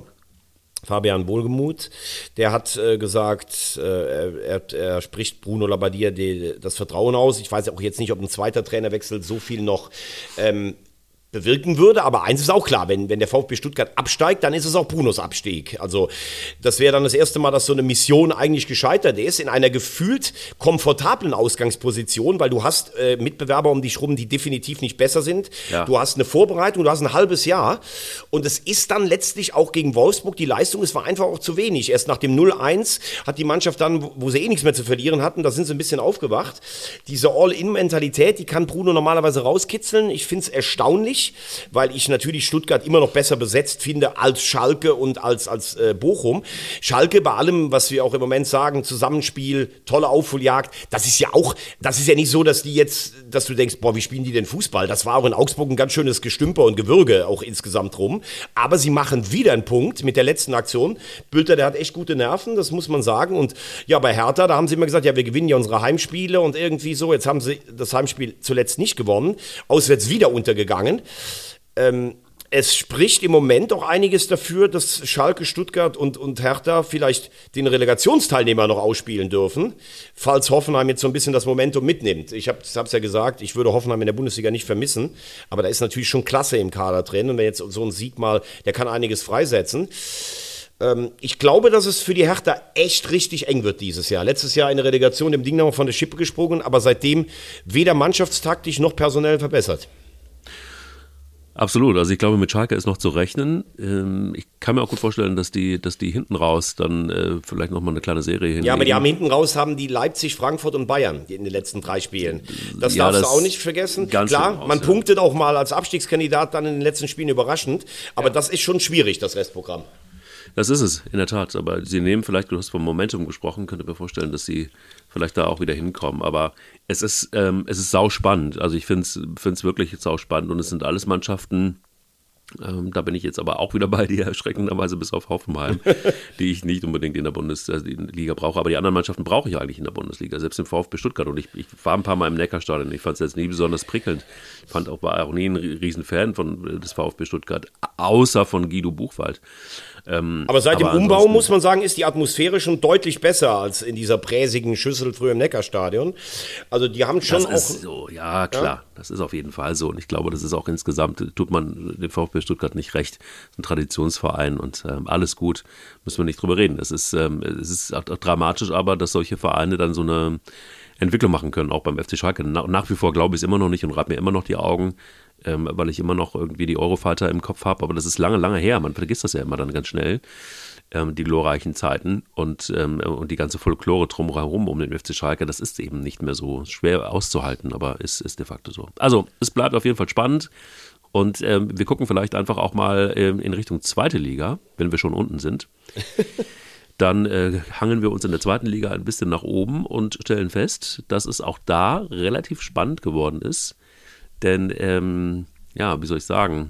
Fabian Wohlgemuth, der hat äh, gesagt, äh, er, er spricht Bruno Labbadia die, das Vertrauen aus. Ich weiß auch jetzt nicht, ob ein zweiter Trainerwechsel so viel noch ähm, bewirken würde, aber eins ist auch klar, wenn, wenn der VfB Stuttgart absteigt, dann ist es auch Brunos Abstieg. Also das wäre dann das erste Mal, dass so eine Mission eigentlich gescheitert ist, in einer gefühlt komfortablen Ausgangsposition, weil du hast äh, Mitbewerber um dich rum, die definitiv nicht besser sind. Ja. Du hast eine Vorbereitung, du hast ein halbes Jahr und es ist dann letztlich auch gegen Wolfsburg die Leistung, es war einfach auch zu wenig. Erst nach dem null eins hat die Mannschaft dann, wo sie eh nichts mehr zu verlieren hatten, da sind sie ein bisschen aufgewacht. Diese All-In-Mentalität, die kann Bruno normalerweise rauskitzeln. Ich finde es erstaunlich, weil ich natürlich Stuttgart immer noch besser besetzt finde als Schalke und als, als äh, Bochum. Schalke, bei allem, was wir auch im Moment sagen, Zusammenspiel, tolle Aufholjagd, das ist ja auch, das ist ja nicht so, dass die jetzt, dass du denkst, boah, wie spielen die denn Fußball? Das war auch in Augsburg ein ganz schönes Gestümper und Gewürge auch insgesamt rum. Aber sie machen wieder einen Punkt mit der letzten Aktion. Bülter, der hat echt gute Nerven, das muss man sagen. Und ja, bei Hertha, da haben sie immer gesagt, ja, wir gewinnen ja unsere Heimspiele und irgendwie so. Jetzt haben sie das Heimspiel zuletzt nicht gewonnen, auswärts wieder untergegangen. Ähm, es spricht im Moment auch einiges dafür, dass Schalke, Stuttgart und, und Hertha vielleicht den Relegationsteilnehmer noch ausspielen dürfen, falls Hoffenheim jetzt so ein bisschen das Momentum mitnimmt. Ich habe es ja gesagt, ich würde Hoffenheim in der Bundesliga nicht vermissen, aber da ist natürlich schon Klasse im Kader drin und wenn jetzt so ein Sieg mal, der kann einiges freisetzen. Ähm, ich glaube, dass es für die Hertha echt richtig eng wird dieses Jahr. Letztes Jahr in der Relegation dem Ding noch von der Schippe gesprungen, aber seitdem weder mannschaftstaktisch noch personell verbessert. Absolut, also ich glaube, mit Schalke ist noch zu rechnen. Ich kann mir auch gut vorstellen, dass die, dass die hinten raus dann äh, vielleicht nochmal eine kleine Serie hinlegen. Ja, aber die haben hinten raus, haben die Leipzig, Frankfurt und Bayern in den letzten drei Spielen. Das ja, darfst das du auch nicht vergessen. Ganz Klar, raus, man ja. punktet auch mal als Abstiegskandidat dann in den letzten Spielen überraschend, aber ja. das ist schon schwierig, das Restprogramm. Das ist es, in der Tat. Aber sie nehmen vielleicht, du hast vom Momentum gesprochen, könnte mir vorstellen, dass sie vielleicht da auch wieder hinkommen. Aber es ist, ähm, es ist sauspannend. Also ich finde es wirklich sauspannend und es sind alles Mannschaften, Ähm, da bin ich jetzt aber auch wieder bei dir, erschreckenderweise bis auf Hoffenheim, die ich nicht unbedingt in der Bundesliga brauche. Aber die anderen Mannschaften brauche ich eigentlich in der Bundesliga, selbst im VfB Stuttgart. Und ich, ich war ein paar Mal im Neckarstadion. Ich fand es jetzt nie besonders prickelnd. Ich fand auch, war auch nie ein Riesenfan von des VfB Stuttgart, außer von Guido Buchwald. Ähm, aber seit aber dem Umbau, muss man sagen, ist die Atmosphäre schon deutlich besser als in dieser präsigen Schüssel früher im Neckarstadion. Also die haben schon das auch... Ist so, ja, klar, ja? Das ist auf jeden Fall so. Und ich glaube, das ist auch insgesamt, tut man dem VfB Stuttgart nicht recht. Das ist ein Traditionsverein und ähm, alles gut, müssen wir nicht drüber reden. Es ist, ähm, es ist auch, auch dramatisch aber, dass solche Vereine dann so eine Entwicklung machen können, auch beim F C Schalke. Na, nach wie vor glaube ich es immer noch nicht und reibe mir immer noch die Augen, ähm, weil ich immer noch irgendwie die Eurofighter im Kopf habe. Aber das ist lange, lange her. Man vergisst das ja immer dann ganz schnell, ähm, die glorreichen Zeiten und, ähm, und die ganze Folklore drumherum um den F C Schalke. Das ist eben nicht mehr so schwer auszuhalten, aber ist, ist de facto so. Also, es bleibt auf jeden Fall spannend. Und ähm, wir gucken vielleicht einfach auch mal ähm, in Richtung zweite Liga, wenn wir schon unten sind. Dann äh, hangeln wir uns in der zweiten Liga ein bisschen nach oben und stellen fest, dass es auch da relativ spannend geworden ist. Denn, ähm, ja, wie soll ich sagen,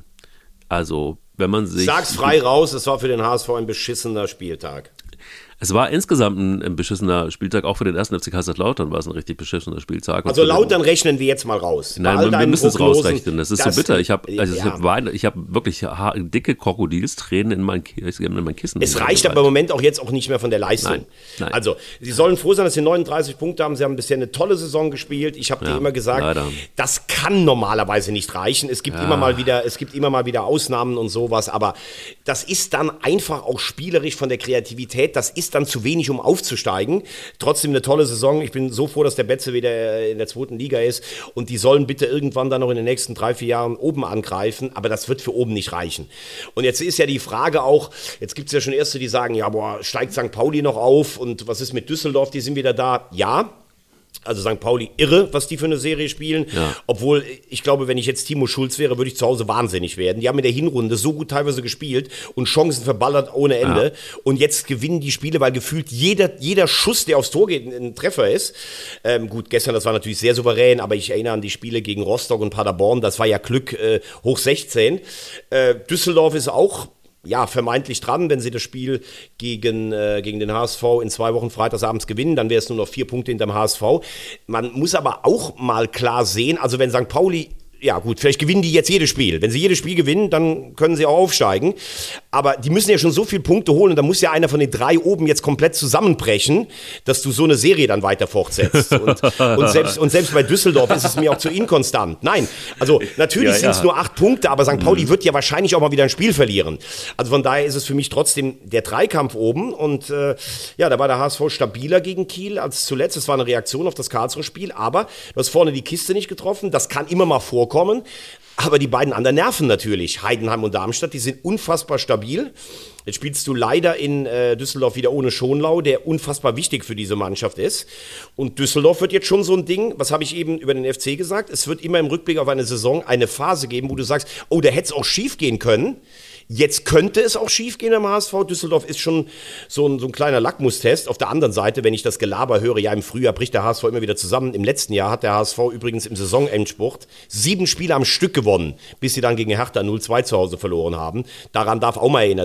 also wenn man sich... Sag's frei raus, es war für den H S V ein beschissener Spieltag. Es war insgesamt ein, ein beschissener Spieltag, auch für den ersten F C Kaiserslautern war es ein richtig beschissener Spieltag. Also Lautern rechnen wir jetzt mal raus. Nein, wir müssen es rausrechnen, das ist das, so bitter. Ich habe also ja. ich hab wirklich dicke Krokodilstränen in mein, in mein Kissen. Es reicht aber im Moment auch jetzt auch nicht mehr von der Leistung. Nein, nein. Also, Sie sollen froh sein, dass Sie neununddreißig Punkte haben. Sie haben bisher eine tolle Saison gespielt. Ich habe Ja, dir immer gesagt, leider. das kann normalerweise nicht reichen. Es gibt, Ja. immer mal wieder, es gibt immer mal wieder Ausnahmen und sowas, aber das ist dann einfach auch spielerisch von der Kreativität, das ist dann zu wenig, um aufzusteigen. Trotzdem eine tolle Saison. Ich bin so froh, dass der Betze wieder in der zweiten Liga ist und die sollen bitte irgendwann dann noch in den nächsten drei, vier Jahren oben angreifen, aber das wird für oben nicht reichen. Und jetzt ist ja die Frage auch, jetzt gibt es ja schon Erste, die sagen, ja, boah, steigt Sankt Pauli noch auf und was ist mit Düsseldorf, die sind wieder da. Ja, also Sankt Pauli irre, was die für eine Serie spielen. Ja. Obwohl, ich glaube, wenn ich jetzt Timo Schulz wäre, würde ich zu Hause wahnsinnig werden. Die haben in der Hinrunde so gut teilweise gespielt und Chancen verballert ohne Ende. Ja. Und jetzt gewinnen die Spiele, weil gefühlt jeder, jeder Schuss, der aufs Tor geht, ein Treffer ist. Ähm, gut, gestern, das war natürlich sehr souverän, aber ich erinnere an die Spiele gegen Rostock und Paderborn. Das war ja Glück äh, hoch sechzehn. Äh, Düsseldorf ist auch... ja, vermeintlich dran, wenn sie das Spiel gegen, äh, gegen den H S V in zwei Wochen freitagsabends gewinnen, dann wäre es nur noch vier Punkte hinterm H S V. Man muss aber auch mal klar sehen, also wenn Sankt Pauli, ja gut, vielleicht gewinnen die jetzt jedes Spiel. Wenn sie jedes Spiel gewinnen, dann können sie auch aufsteigen. Aber die müssen ja schon so viele Punkte holen und da muss ja einer von den drei oben jetzt komplett zusammenbrechen, dass du so eine Serie dann weiter fortsetzt. Und, und, selbst, und selbst bei Düsseldorf ist es mir auch zu inkonstant. Nein, also natürlich ja, sind es ja. nur acht Punkte, aber Sankt Pauli mhm. wird ja wahrscheinlich auch mal wieder ein Spiel verlieren. Also von daher ist es für mich trotzdem der Dreikampf oben. Und äh, ja, da war der H S V stabiler gegen Kiel als zuletzt. Es war eine Reaktion auf das Karlsruhe-Spiel, aber du hast vorne die Kiste nicht getroffen. Das kann immer mal vorkommen. Aber die beiden anderen nerven natürlich. Heidenheim und Darmstadt, die sind unfassbar stabil. Jetzt spielst du leider in äh, Düsseldorf wieder ohne Schonlau, der unfassbar wichtig für diese Mannschaft ist. Und Düsseldorf wird jetzt schon so ein Ding, was habe ich eben über den F C gesagt, es wird immer im Rückblick auf eine Saison eine Phase geben, wo du sagst, oh, da hätte es auch schief gehen können. Jetzt könnte es auch schief gehen am H S V. Düsseldorf ist schon so ein, so ein kleiner Lackmustest. Auf der anderen Seite, wenn ich das Gelaber höre, ja, im Frühjahr bricht der H S V immer wieder zusammen. Im letzten Jahr hat der H S V übrigens im Saisonendspurt sieben Spiele am Stück gewonnen, bis sie dann gegen Hertha null zwei zu Hause verloren haben. Daran darf auch mal erinnert werden.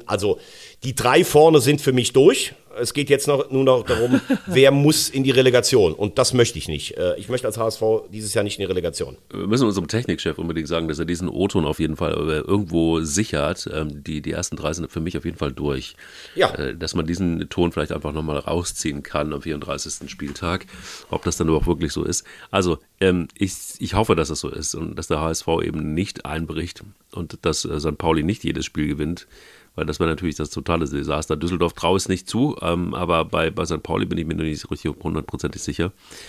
Also die drei vorne sind für mich durch. Es geht jetzt noch, nur noch darum, wer muss in die Relegation. Und das möchte ich nicht. Ich möchte als H S V dieses Jahr nicht in die Relegation. Wir müssen unserem Technikchef unbedingt sagen, dass er diesen O-Ton auf jeden Fall irgendwo sichert. Die, die ersten drei sind für mich auf jeden Fall durch. Ja. Dass man diesen Ton vielleicht einfach nochmal rausziehen kann am vierunddreißigsten Spieltag. Ob das dann überhaupt wirklich so ist. Also ich, ich hoffe, dass es so ist und dass der H S V eben nicht einbricht und dass Sankt Pauli nicht jedes Spiel gewinnt. Weil das wäre natürlich das totale Desaster. Düsseldorf traue es nicht zu, ähm, aber bei, bei Sankt Pauli bin ich mir noch nicht richtig hundertprozentig sicher.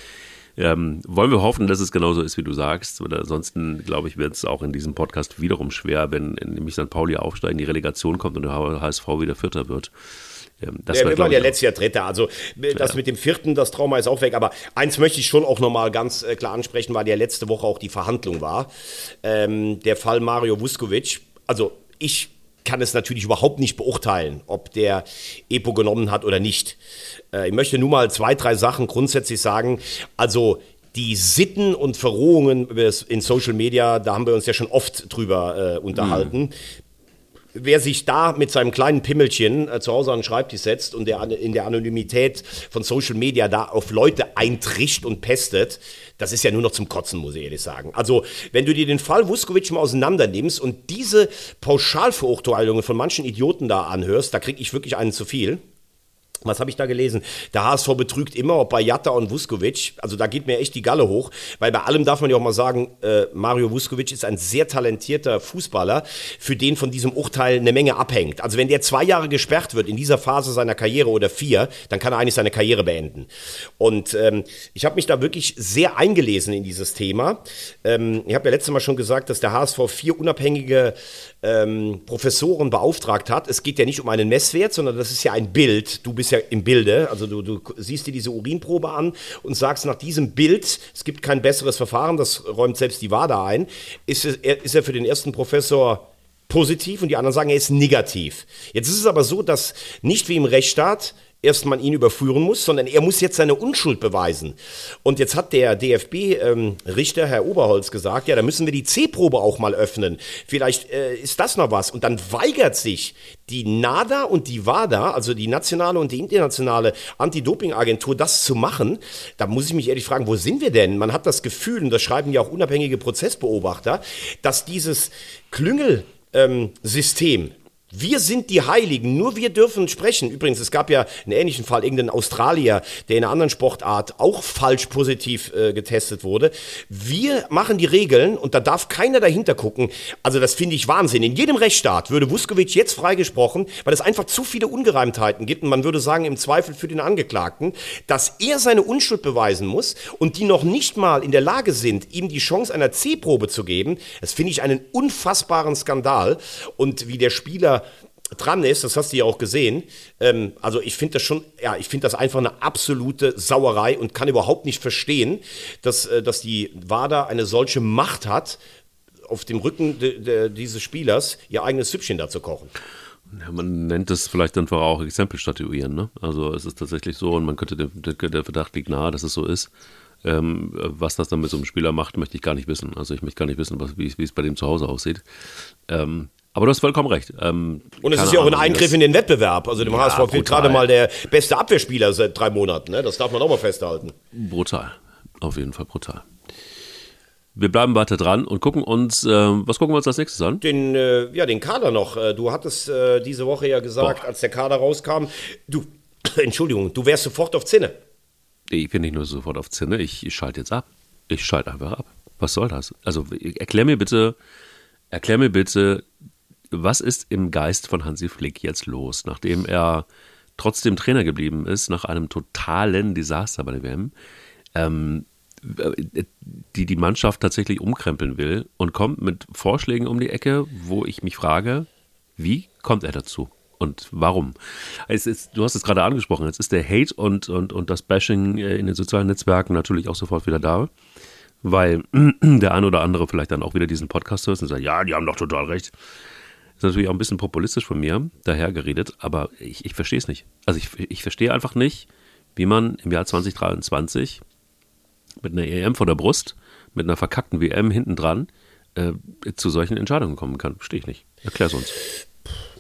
Ähm, wollen wir hoffen, dass es genauso ist, wie du sagst. Oder ansonsten, glaube ich, wird es auch in diesem Podcast wiederum schwer, wenn nämlich Sankt Pauli aufsteigt, in die Relegation kommt und der H S V wieder Vierter wird. Ähm, das ja, wir waren ja letztes Jahr Dritter, also das ja. mit dem Vierten, das Trauma ist auch weg, aber eins möchte ich schon auch nochmal ganz äh, klar ansprechen, weil ja letzte Woche auch die Verhandlung war. Ähm, der Fall Mario Vuskovic, also ich kann es natürlich überhaupt nicht beurteilen, ob der Epo genommen hat oder nicht. Äh, ich möchte nur mal zwei, drei Sachen grundsätzlich sagen. Also die Sitten und Verrohungen in Social Media, da haben wir uns ja schon oft drüber äh, unterhalten. Mhm. Wer sich da mit seinem kleinen Pimmelchen äh, zu Hause an den Schreibtisch setzt und der, in der Anonymität von Social Media da auf Leute eintrischt und pestet, das ist ja nur noch zum Kotzen, muss ich ehrlich sagen. Also, wenn du dir den Fall Vuskovic mal auseinander nimmst und diese Pauschalverurteilungen von manchen Idioten da anhörst, da kriege ich wirklich einen zu viel. Was habe ich da gelesen? Der H S V betrügt immer, ob bei Jatta und Vuskovic. Also da geht mir echt die Galle hoch, weil bei allem darf man ja auch mal sagen, äh, Mario Vuskovic ist ein sehr talentierter Fußballer, für den von diesem Urteil eine Menge abhängt. Also wenn der zwei Jahre gesperrt wird in dieser Phase seiner Karriere oder vier, dann kann er eigentlich seine Karriere beenden. Und ähm, ich habe mich da wirklich sehr eingelesen in dieses Thema. Ähm, ich habe ja letztes Mal schon gesagt, dass der H S V vier unabhängige ähm, Professoren beauftragt hat. Es geht ja nicht um einen Messwert, sondern das ist ja ein Bild. Du bist ja im Bilde, also du, du siehst dir diese Urinprobe an und sagst nach diesem Bild, es gibt kein besseres Verfahren, das räumt selbst die WADA ein, ist, es, ist er für den ersten Professor positiv und die anderen sagen, er ist negativ. Jetzt ist es aber so, dass nicht wie im Rechtsstaat erst man ihn überführen muss, sondern er muss jetzt seine Unschuld beweisen. Und jetzt hat der D F B-Richter, ähm, Herr Oberholz, gesagt, ja, da müssen wir die C-Probe auch mal öffnen. Vielleicht äh, ist das noch was. Und dann weigert sich die NADA und die WADA, also die nationale und die internationale Anti-Doping-Agentur, das zu machen. Da muss ich mich ehrlich fragen, wo sind wir denn? Man hat das Gefühl, und das schreiben ja auch unabhängige Prozessbeobachter, dass dieses Klüngel-System, ähm, wir sind die Heiligen, nur wir dürfen sprechen. Übrigens, es gab ja einen ähnlichen Fall, irgendeinen Australier, der in einer anderen Sportart auch falsch positiv äh, getestet wurde. Wir machen die Regeln und da darf keiner dahinter gucken. Also das finde ich Wahnsinn. In jedem Rechtsstaat würde Vuskovic jetzt freigesprochen, weil es einfach zu viele Ungereimtheiten gibt und man würde sagen, im Zweifel für den Angeklagten, dass er seine Unschuld beweisen muss und die noch nicht mal in der Lage sind, ihm die Chance einer C-Probe zu geben. Das finde ich einen unfassbaren Skandal. Und wie der Spieler dran ist, das hast du ja auch gesehen, ähm, also ich finde das schon, ja, ich finde das einfach eine absolute Sauerei und kann überhaupt nicht verstehen, dass, äh, dass die WADA eine solche Macht hat, auf dem Rücken de, de, dieses Spielers ihr eigenes Süppchen da zu kochen. Ja, man nennt es vielleicht einfach auch Exempel statuieren, ne? Also es ist tatsächlich so und man könnte, der, der Verdacht liegt nahe, dass es so ist. Ähm, was das dann mit so einem Spieler macht, möchte ich gar nicht wissen. Also ich möchte gar nicht wissen, was, wie, wie es bei dem zu Hause aussieht. Ähm, Aber du hast vollkommen recht. Ähm, und es ist ja auch ein Eingriff in den Wettbewerb. Also dem ja, H S V fehlt gerade mal der beste Abwehrspieler seit drei Monaten. Ne? Das darf man auch mal festhalten. Brutal. Auf jeden Fall brutal. Wir bleiben weiter dran und gucken uns, äh, was gucken wir uns als nächstes an? Den, äh, ja, den Kader noch. Du hattest äh, diese Woche ja gesagt, Boah. als der Kader rauskam, du, Entschuldigung, du wärst sofort auf Zinne. Ich bin nicht nur sofort auf Zinne, ich, ich schalte jetzt ab. Ich schalte einfach ab. Was soll das? Also erklär mir bitte, erklär mir bitte, was ist im Geist von Hansi Flick jetzt los, nachdem er trotzdem Trainer geblieben ist, nach einem totalen Desaster bei der W M, ähm, die die Mannschaft tatsächlich umkrempeln will und kommt mit Vorschlägen um die Ecke, wo ich mich frage, wie kommt er dazu und warum? Es ist, du hast es gerade angesprochen, jetzt ist der Hate und, und, und das Bashing in den sozialen Netzwerken natürlich auch sofort wieder da, weil der ein oder andere vielleicht dann auch wieder diesen Podcast hört und sagt, ja, die haben doch total recht. Das ist natürlich auch ein bisschen populistisch von mir dahergeredet, aber ich, ich verstehe es nicht. Also ich, ich verstehe einfach nicht, wie man im Jahr zwanzig dreiundzwanzig mit einer E M vor der Brust, mit einer verkackten W M hinten dran äh, zu solchen Entscheidungen kommen kann. Verstehe ich nicht. Erklär's uns.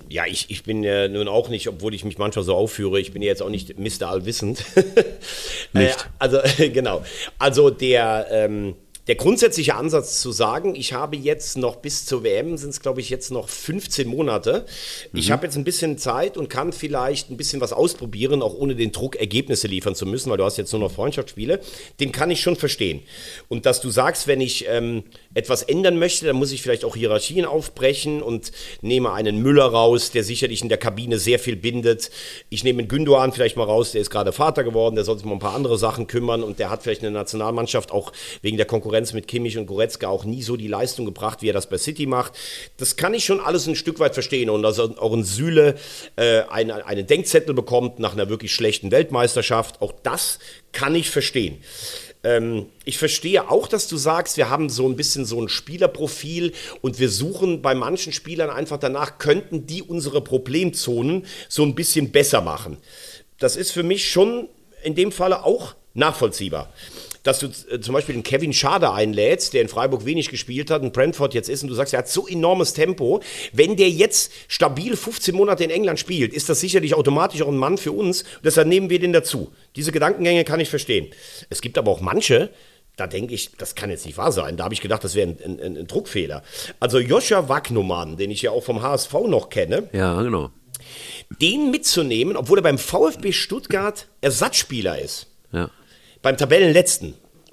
Ja, ich, ich bin ja nun auch nicht, obwohl ich mich manchmal so aufführe, ich bin ja jetzt auch nicht Mister Allwissend. Nicht. Äh, also, genau. Also der, ähm, der grundsätzliche Ansatz zu sagen, ich habe jetzt noch bis zur W M, sind es glaube ich jetzt noch fünfzehn Monate. Mhm. Ich habe jetzt ein bisschen Zeit und kann vielleicht ein bisschen was ausprobieren, auch ohne den Druck, Ergebnisse liefern zu müssen, weil du hast jetzt nur noch Freundschaftsspiele. Den kann ich schon verstehen. Und dass du sagst, wenn ich ähm, etwas ändern möchte, dann muss ich vielleicht auch Hierarchien aufbrechen und nehme einen Müller raus, der sicherlich in der Kabine sehr viel bindet. Ich nehme einen Gündoğan vielleicht mal raus, der ist gerade Vater geworden, der soll sich mal um ein paar andere Sachen kümmern und der hat vielleicht eine Nationalmannschaft auch wegen der Konkurrenz mit Kimmich und Goretzka auch nie so die Leistung gebracht, wie er das bei City macht. Das kann ich schon alles ein Stück weit verstehen. Und dass auch ein Süle äh, einen, einen Denkzettel bekommt nach einer wirklich schlechten Weltmeisterschaft, auch das kann ich verstehen. Ähm, ich verstehe auch, dass du sagst, wir haben so ein bisschen so ein Spielerprofil und wir suchen bei manchen Spielern einfach danach, könnten die unsere Problemzonen so ein bisschen besser machen. Das ist für mich schon in dem Falle auch nachvollziehbar. Dass du äh, zum Beispiel den Kevin Schade einlädst, der in Freiburg wenig gespielt hat und Brentford jetzt ist und du sagst, er hat so enormes Tempo. Wenn der jetzt stabil fünfzehn Monate in England spielt, ist das sicherlich automatisch auch ein Mann für uns. Und deshalb nehmen wir den dazu. Diese Gedankengänge kann ich verstehen. Es gibt aber auch manche, da denke ich, das kann jetzt nicht wahr sein. Da habe ich gedacht, das wäre ein, ein, ein Druckfehler. Also Joscha Wagnumann, den ich ja auch vom H S V noch kenne. Ja, genau. Den mitzunehmen, obwohl er beim VfB Stuttgart Ersatzspieler ist. Ja. Beim Tabellenletzten.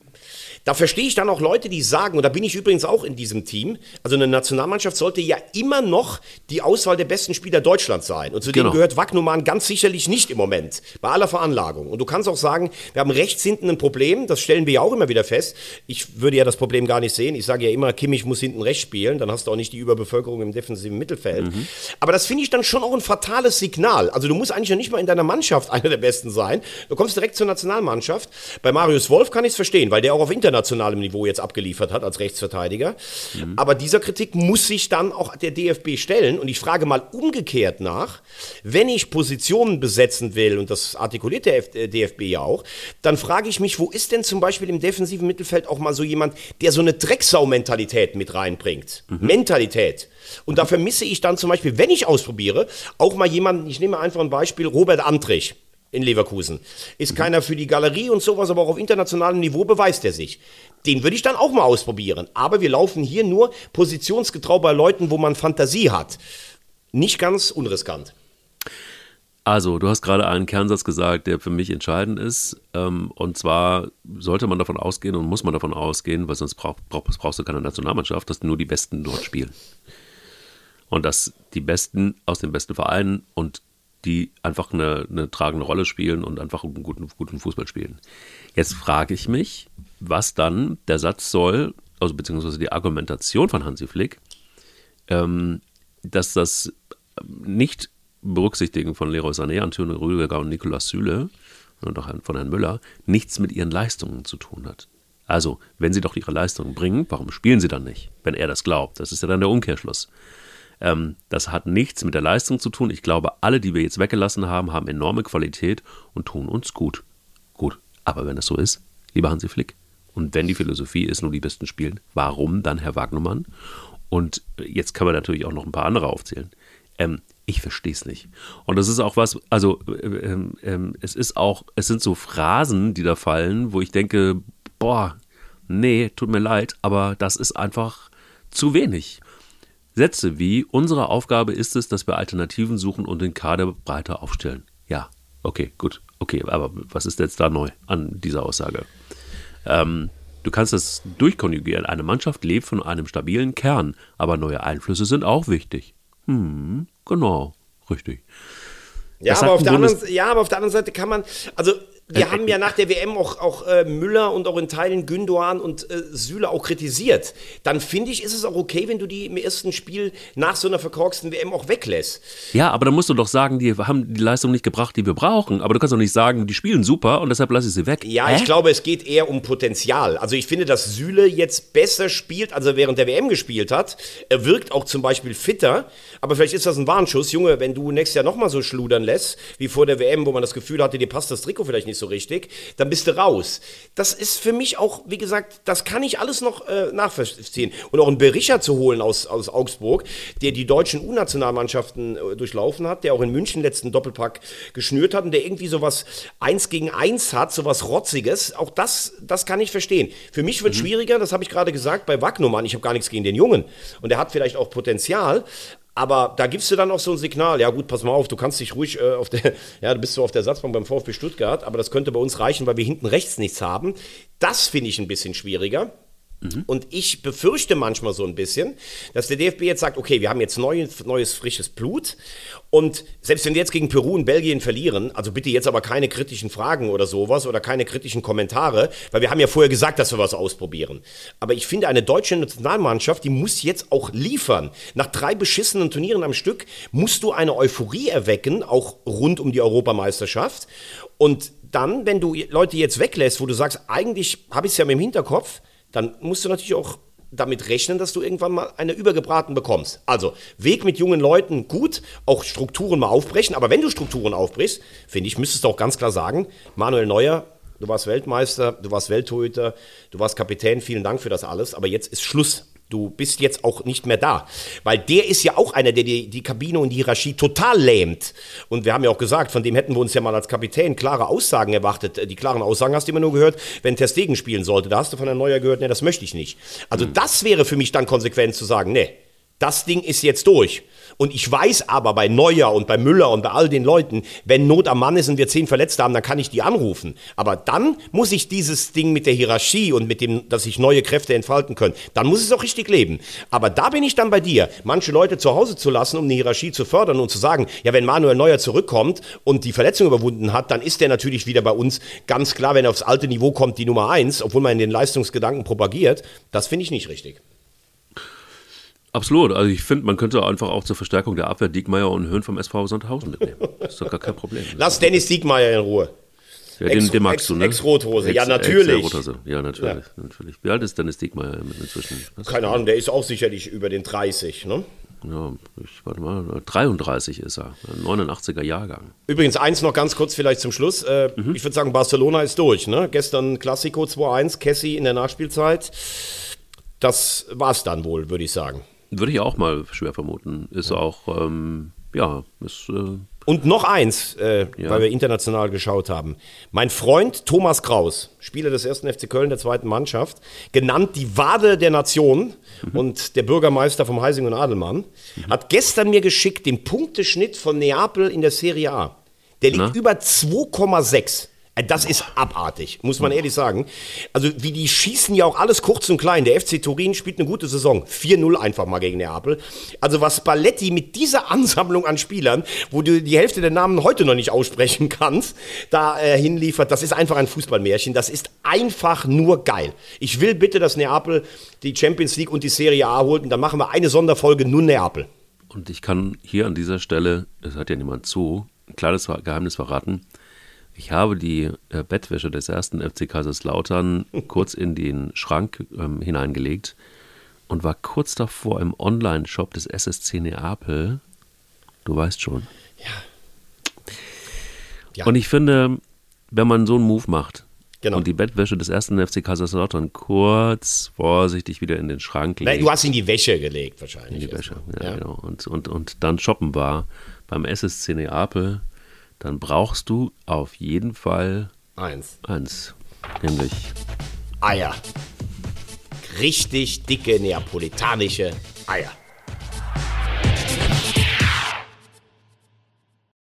Da verstehe ich dann auch Leute, die sagen, und da bin ich übrigens auch in diesem Team, also eine Nationalmannschaft sollte ja immer noch die Auswahl der besten Spieler Deutschlands sein. Und zu Genau. denen gehört Wagnumann ganz sicherlich nicht im Moment, bei aller Veranlagung. Und du kannst auch sagen, wir haben rechts hinten ein Problem, das stellen wir ja auch immer wieder fest. Ich würde ja das Problem gar nicht sehen. Ich sage ja immer, Kimmich muss hinten rechts spielen, dann hast du auch nicht die Überbevölkerung im defensiven Mittelfeld. Mhm. Aber das finde ich dann schon auch ein fatales Signal. Also du musst eigentlich noch nicht mal in deiner Mannschaft einer der Besten sein. Du kommst direkt zur Nationalmannschaft. Bei Marius Wolf kann ich es verstehen, weil der auch auf internationalem Niveau jetzt abgeliefert hat als Rechtsverteidiger. Mhm. Aber dieser Kritik muss sich dann auch der D F B stellen. Und ich frage mal umgekehrt nach, wenn ich Positionen besetzen will, und das artikuliert der D F B ja auch, dann frage ich mich, wo ist denn zum Beispiel im defensiven Mittelfeld auch mal so jemand, der so eine Drecksau-Mentalität mit reinbringt? Mhm. Mentalität. Und da vermisse ich dann zum Beispiel, wenn ich ausprobiere, auch mal jemanden, ich nehme einfach ein Beispiel, Robert Andrich in Leverkusen. Ist mhm. keiner für die Galerie und sowas, aber auch auf internationalem Niveau beweist er sich. Den würde ich dann auch mal ausprobieren. Aber wir laufen hier nur positionsgetreu bei Leuten, wo man Fantasie hat. Nicht ganz unriskant. Also, du hast gerade einen Kernsatz gesagt, der für mich entscheidend ist. Ähm, und zwar sollte man davon ausgehen und muss man davon ausgehen, weil sonst brauch, brauch, brauchst du keine Nationalmannschaft, dass nur die Besten dort spielen. Und dass die Besten aus den besten Vereinen und die einfach eine, eine tragende Rolle spielen und einfach einen guten, guten Fußball spielen. Jetzt frage ich mich, was dann der Satz soll, also beziehungsweise die Argumentation von Hansi Flick, ähm, dass das nicht Berücksichtigen von Leroy Sané, Antonio Rüdiger und Niklas Süle und auch von Herrn Müller nichts mit ihren Leistungen zu tun hat. Also, wenn sie doch ihre Leistungen bringen, warum spielen sie dann nicht, wenn er das glaubt? Das ist ja dann der Umkehrschluss. Ähm, das hat nichts mit der Leistung zu tun. Ich glaube, alle, die wir jetzt weggelassen haben, haben enorme Qualität und tun uns gut. Gut, aber wenn das so ist, lieber Hansi Flick, und wenn die Philosophie ist, nur die Besten spielen, warum dann Herr Wagnumann? Und jetzt kann man natürlich auch noch ein paar andere aufzählen. Ähm, ich verstehe es nicht. Und das ist auch was, also ähm, ähm, es ist auch, es sind so Phrasen, die da fallen, wo ich denke, boah, nee, tut mir leid, aber das ist einfach zu wenig. Sätze wie, unsere Aufgabe ist es, dass wir Alternativen suchen und den Kader breiter aufstellen. Ja, okay, gut, okay, aber was ist jetzt da neu an dieser Aussage? Ähm, du kannst das durchkonjugieren. Eine Mannschaft lebt von einem stabilen Kern, aber neue Einflüsse sind auch wichtig. Hm, genau, richtig. Ja aber, auf der anderen, ja, aber auf der anderen Seite kann man, also wir äh, haben ja nach der W M auch, auch äh, Müller und auch in Teilen Gündoğan und äh, Süle auch kritisiert. Dann finde ich, ist es auch okay, wenn du die im ersten Spiel nach so einer verkorksten W M auch weglässt. Ja, aber dann musst du doch sagen, die haben die Leistung nicht gebracht, die wir brauchen. Aber du kannst doch nicht sagen, die spielen super und deshalb lasse ich sie weg. Ja, Hä? ich glaube, es geht eher um Potenzial. Also ich finde, dass Süle jetzt besser spielt, als er während der W M gespielt hat. Er wirkt auch zum Beispiel fitter. Aber vielleicht ist das ein Warnschuss. Junge, wenn du nächstes Jahr nochmal so schludern lässt, wie vor der W M, wo man das Gefühl hatte, dir passt das Trikot vielleicht nicht so so richtig, dann bist du raus. Das ist für mich auch, wie gesagt, das kann ich alles noch äh, nachvollziehen. Und auch einen Berischer zu holen aus, aus Augsburg, der die deutschen U-Nationalmannschaften äh, durchlaufen hat, der auch in München letzten Doppelpack geschnürt hat und der irgendwie sowas eins gegen eins hat, sowas Rotziges, auch das, das kann ich verstehen. Für mich wird es mhm. schwieriger, das habe ich gerade gesagt, bei Wagnumann, ich habe gar nichts gegen den Jungen und der hat vielleicht auch Potenzial, aber da gibst du dann auch so ein Signal, ja gut, pass mal auf, du kannst dich ruhig äh, auf der, ja, du bist so auf der Ersatzbank beim VfB Stuttgart, aber das könnte bei uns reichen, weil wir hinten rechts nichts haben. Das finde ich ein bisschen schwieriger. Mhm. Und ich befürchte manchmal so ein bisschen, dass der D F B jetzt sagt, okay, wir haben jetzt neu, neues, frisches Blut und selbst wenn wir jetzt gegen Peru und Belgien verlieren, also bitte jetzt aber keine kritischen Fragen oder sowas oder keine kritischen Kommentare, weil wir haben ja vorher gesagt, dass wir was ausprobieren. Aber ich finde, eine deutsche Nationalmannschaft, die muss jetzt auch liefern. Nach drei beschissenen Turnieren am Stück musst du eine Euphorie erwecken, auch rund um die Europameisterschaft. Und dann, wenn du Leute jetzt weglässt, wo du sagst, eigentlich habe ich es ja mit dem Hinterkopf, dann musst du natürlich auch damit rechnen, dass du irgendwann mal eine übergebraten bekommst. Also Weg mit jungen Leuten gut, auch Strukturen mal aufbrechen, aber wenn du Strukturen aufbrichst, finde ich, müsstest du auch ganz klar sagen, Manuel Neuer, du warst Weltmeister, du warst Welttorhüter, du warst Kapitän, vielen Dank für das alles, aber jetzt ist Schluss. Du bist jetzt auch nicht mehr da. Weil der ist ja auch einer, der die, die Kabine und die Hierarchie total lähmt. Und wir haben ja auch gesagt, von dem hätten wir uns ja mal als Kapitän klare Aussagen erwartet. Die klaren Aussagen hast du immer nur gehört, wenn Ter Stegen spielen sollte. Da hast du von der Neuer gehört, ne, das möchte ich nicht. Also mhm. das wäre für mich dann konsequent zu sagen, ne, das Ding ist jetzt durch. Und ich weiß aber bei Neuer und bei Müller und bei all den Leuten, wenn Not am Mann ist und wir zehn Verletzte haben, dann kann ich die anrufen. Aber dann muss ich dieses Ding mit der Hierarchie und mit dem, dass sich neue Kräfte entfalten können, dann muss es auch richtig leben. Aber da bin ich dann bei dir, manche Leute zu Hause zu lassen, um eine Hierarchie zu fördern und zu sagen, ja, wenn Manuel Neuer zurückkommt und die Verletzung überwunden hat, dann ist der natürlich wieder bei uns ganz klar, wenn er aufs alte Niveau kommt, die Nummer eins, obwohl man in den Leistungsgedanken propagiert. Das finde ich nicht richtig. Absolut. Also ich finde, man könnte einfach auch zur Verstärkung der Abwehr Diekmeyer und Höhn vom S V Sandhausen mitnehmen. Das ist doch gar kein Problem. Lass Dennis Diekmeyer in Ruhe. Ja, den, Ex, den magst du, ne? Ex-Rothose, Ex, ja natürlich. Ex-Rothose. Ja, natürlich, ja. natürlich. Wie alt ist Dennis Diekmeyer inzwischen? Das Keine Ahnung, der ist auch sicherlich über den dreißig, ne? Ja, ich warte mal, dreiunddreißig ist er, neunundachtziger Jahrgang. Übrigens, eins noch ganz kurz vielleicht zum Schluss. Äh, mhm. Ich würde sagen, Barcelona ist durch, ne? Gestern Classico zwei eins, Kessi in der Nachspielzeit. Das war's dann wohl, würde ich sagen. Würde ich auch mal schwer vermuten. Ist ja. auch, ähm, ja, ist... Äh, Und noch eins, äh, ja. weil wir international geschaut haben. Mein Freund Thomas Kraus, Spieler des ersten F C Köln der zweiten Mannschaft, genannt die Wade der Nation mhm. und der Bürgermeister vom Heising und Adelmann, mhm. hat gestern mir geschickt den Punkteschnitt von Neapel in der Serie A. Der liegt Na? über zwei Komma sechs. Das ist abartig, muss man ehrlich sagen. Also wie die schießen ja auch alles kurz und klein. Der F C Turin spielt eine gute Saison. vier null einfach mal gegen Neapel. Also was Spalletti mit dieser Ansammlung an Spielern, wo du die Hälfte der Namen heute noch nicht aussprechen kannst, da äh, hinliefert, das ist einfach ein Fußballmärchen. Das ist einfach nur geil. Ich will bitte, dass Neapel die Champions League und die Serie A holt und dann machen wir eine Sonderfolge nur Neapel. Und ich kann hier an dieser Stelle, es hört ja niemand zu, ein kleines Geheimnis verraten. Ich habe die äh, Bettwäsche des ersten F C Kaiserslautern kurz in den Schrank ähm, hineingelegt und war kurz davor im Online-Shop des S S C Neapel. Du weißt schon. Ja. ja. Und ich finde, wenn man so einen Move macht genau. und die Bettwäsche des ersten F C Kaiserslautern kurz vorsichtig wieder in den Schrank legt. Nein, du hast in die Wäsche gelegt wahrscheinlich. In die Wäsche, ja, ja. genau. Und, und, und dann shoppen war beim S S C Neapel. Dann brauchst du auf jeden Fall eins. Eins, nämlich Eier. Richtig dicke neapolitanische Eier.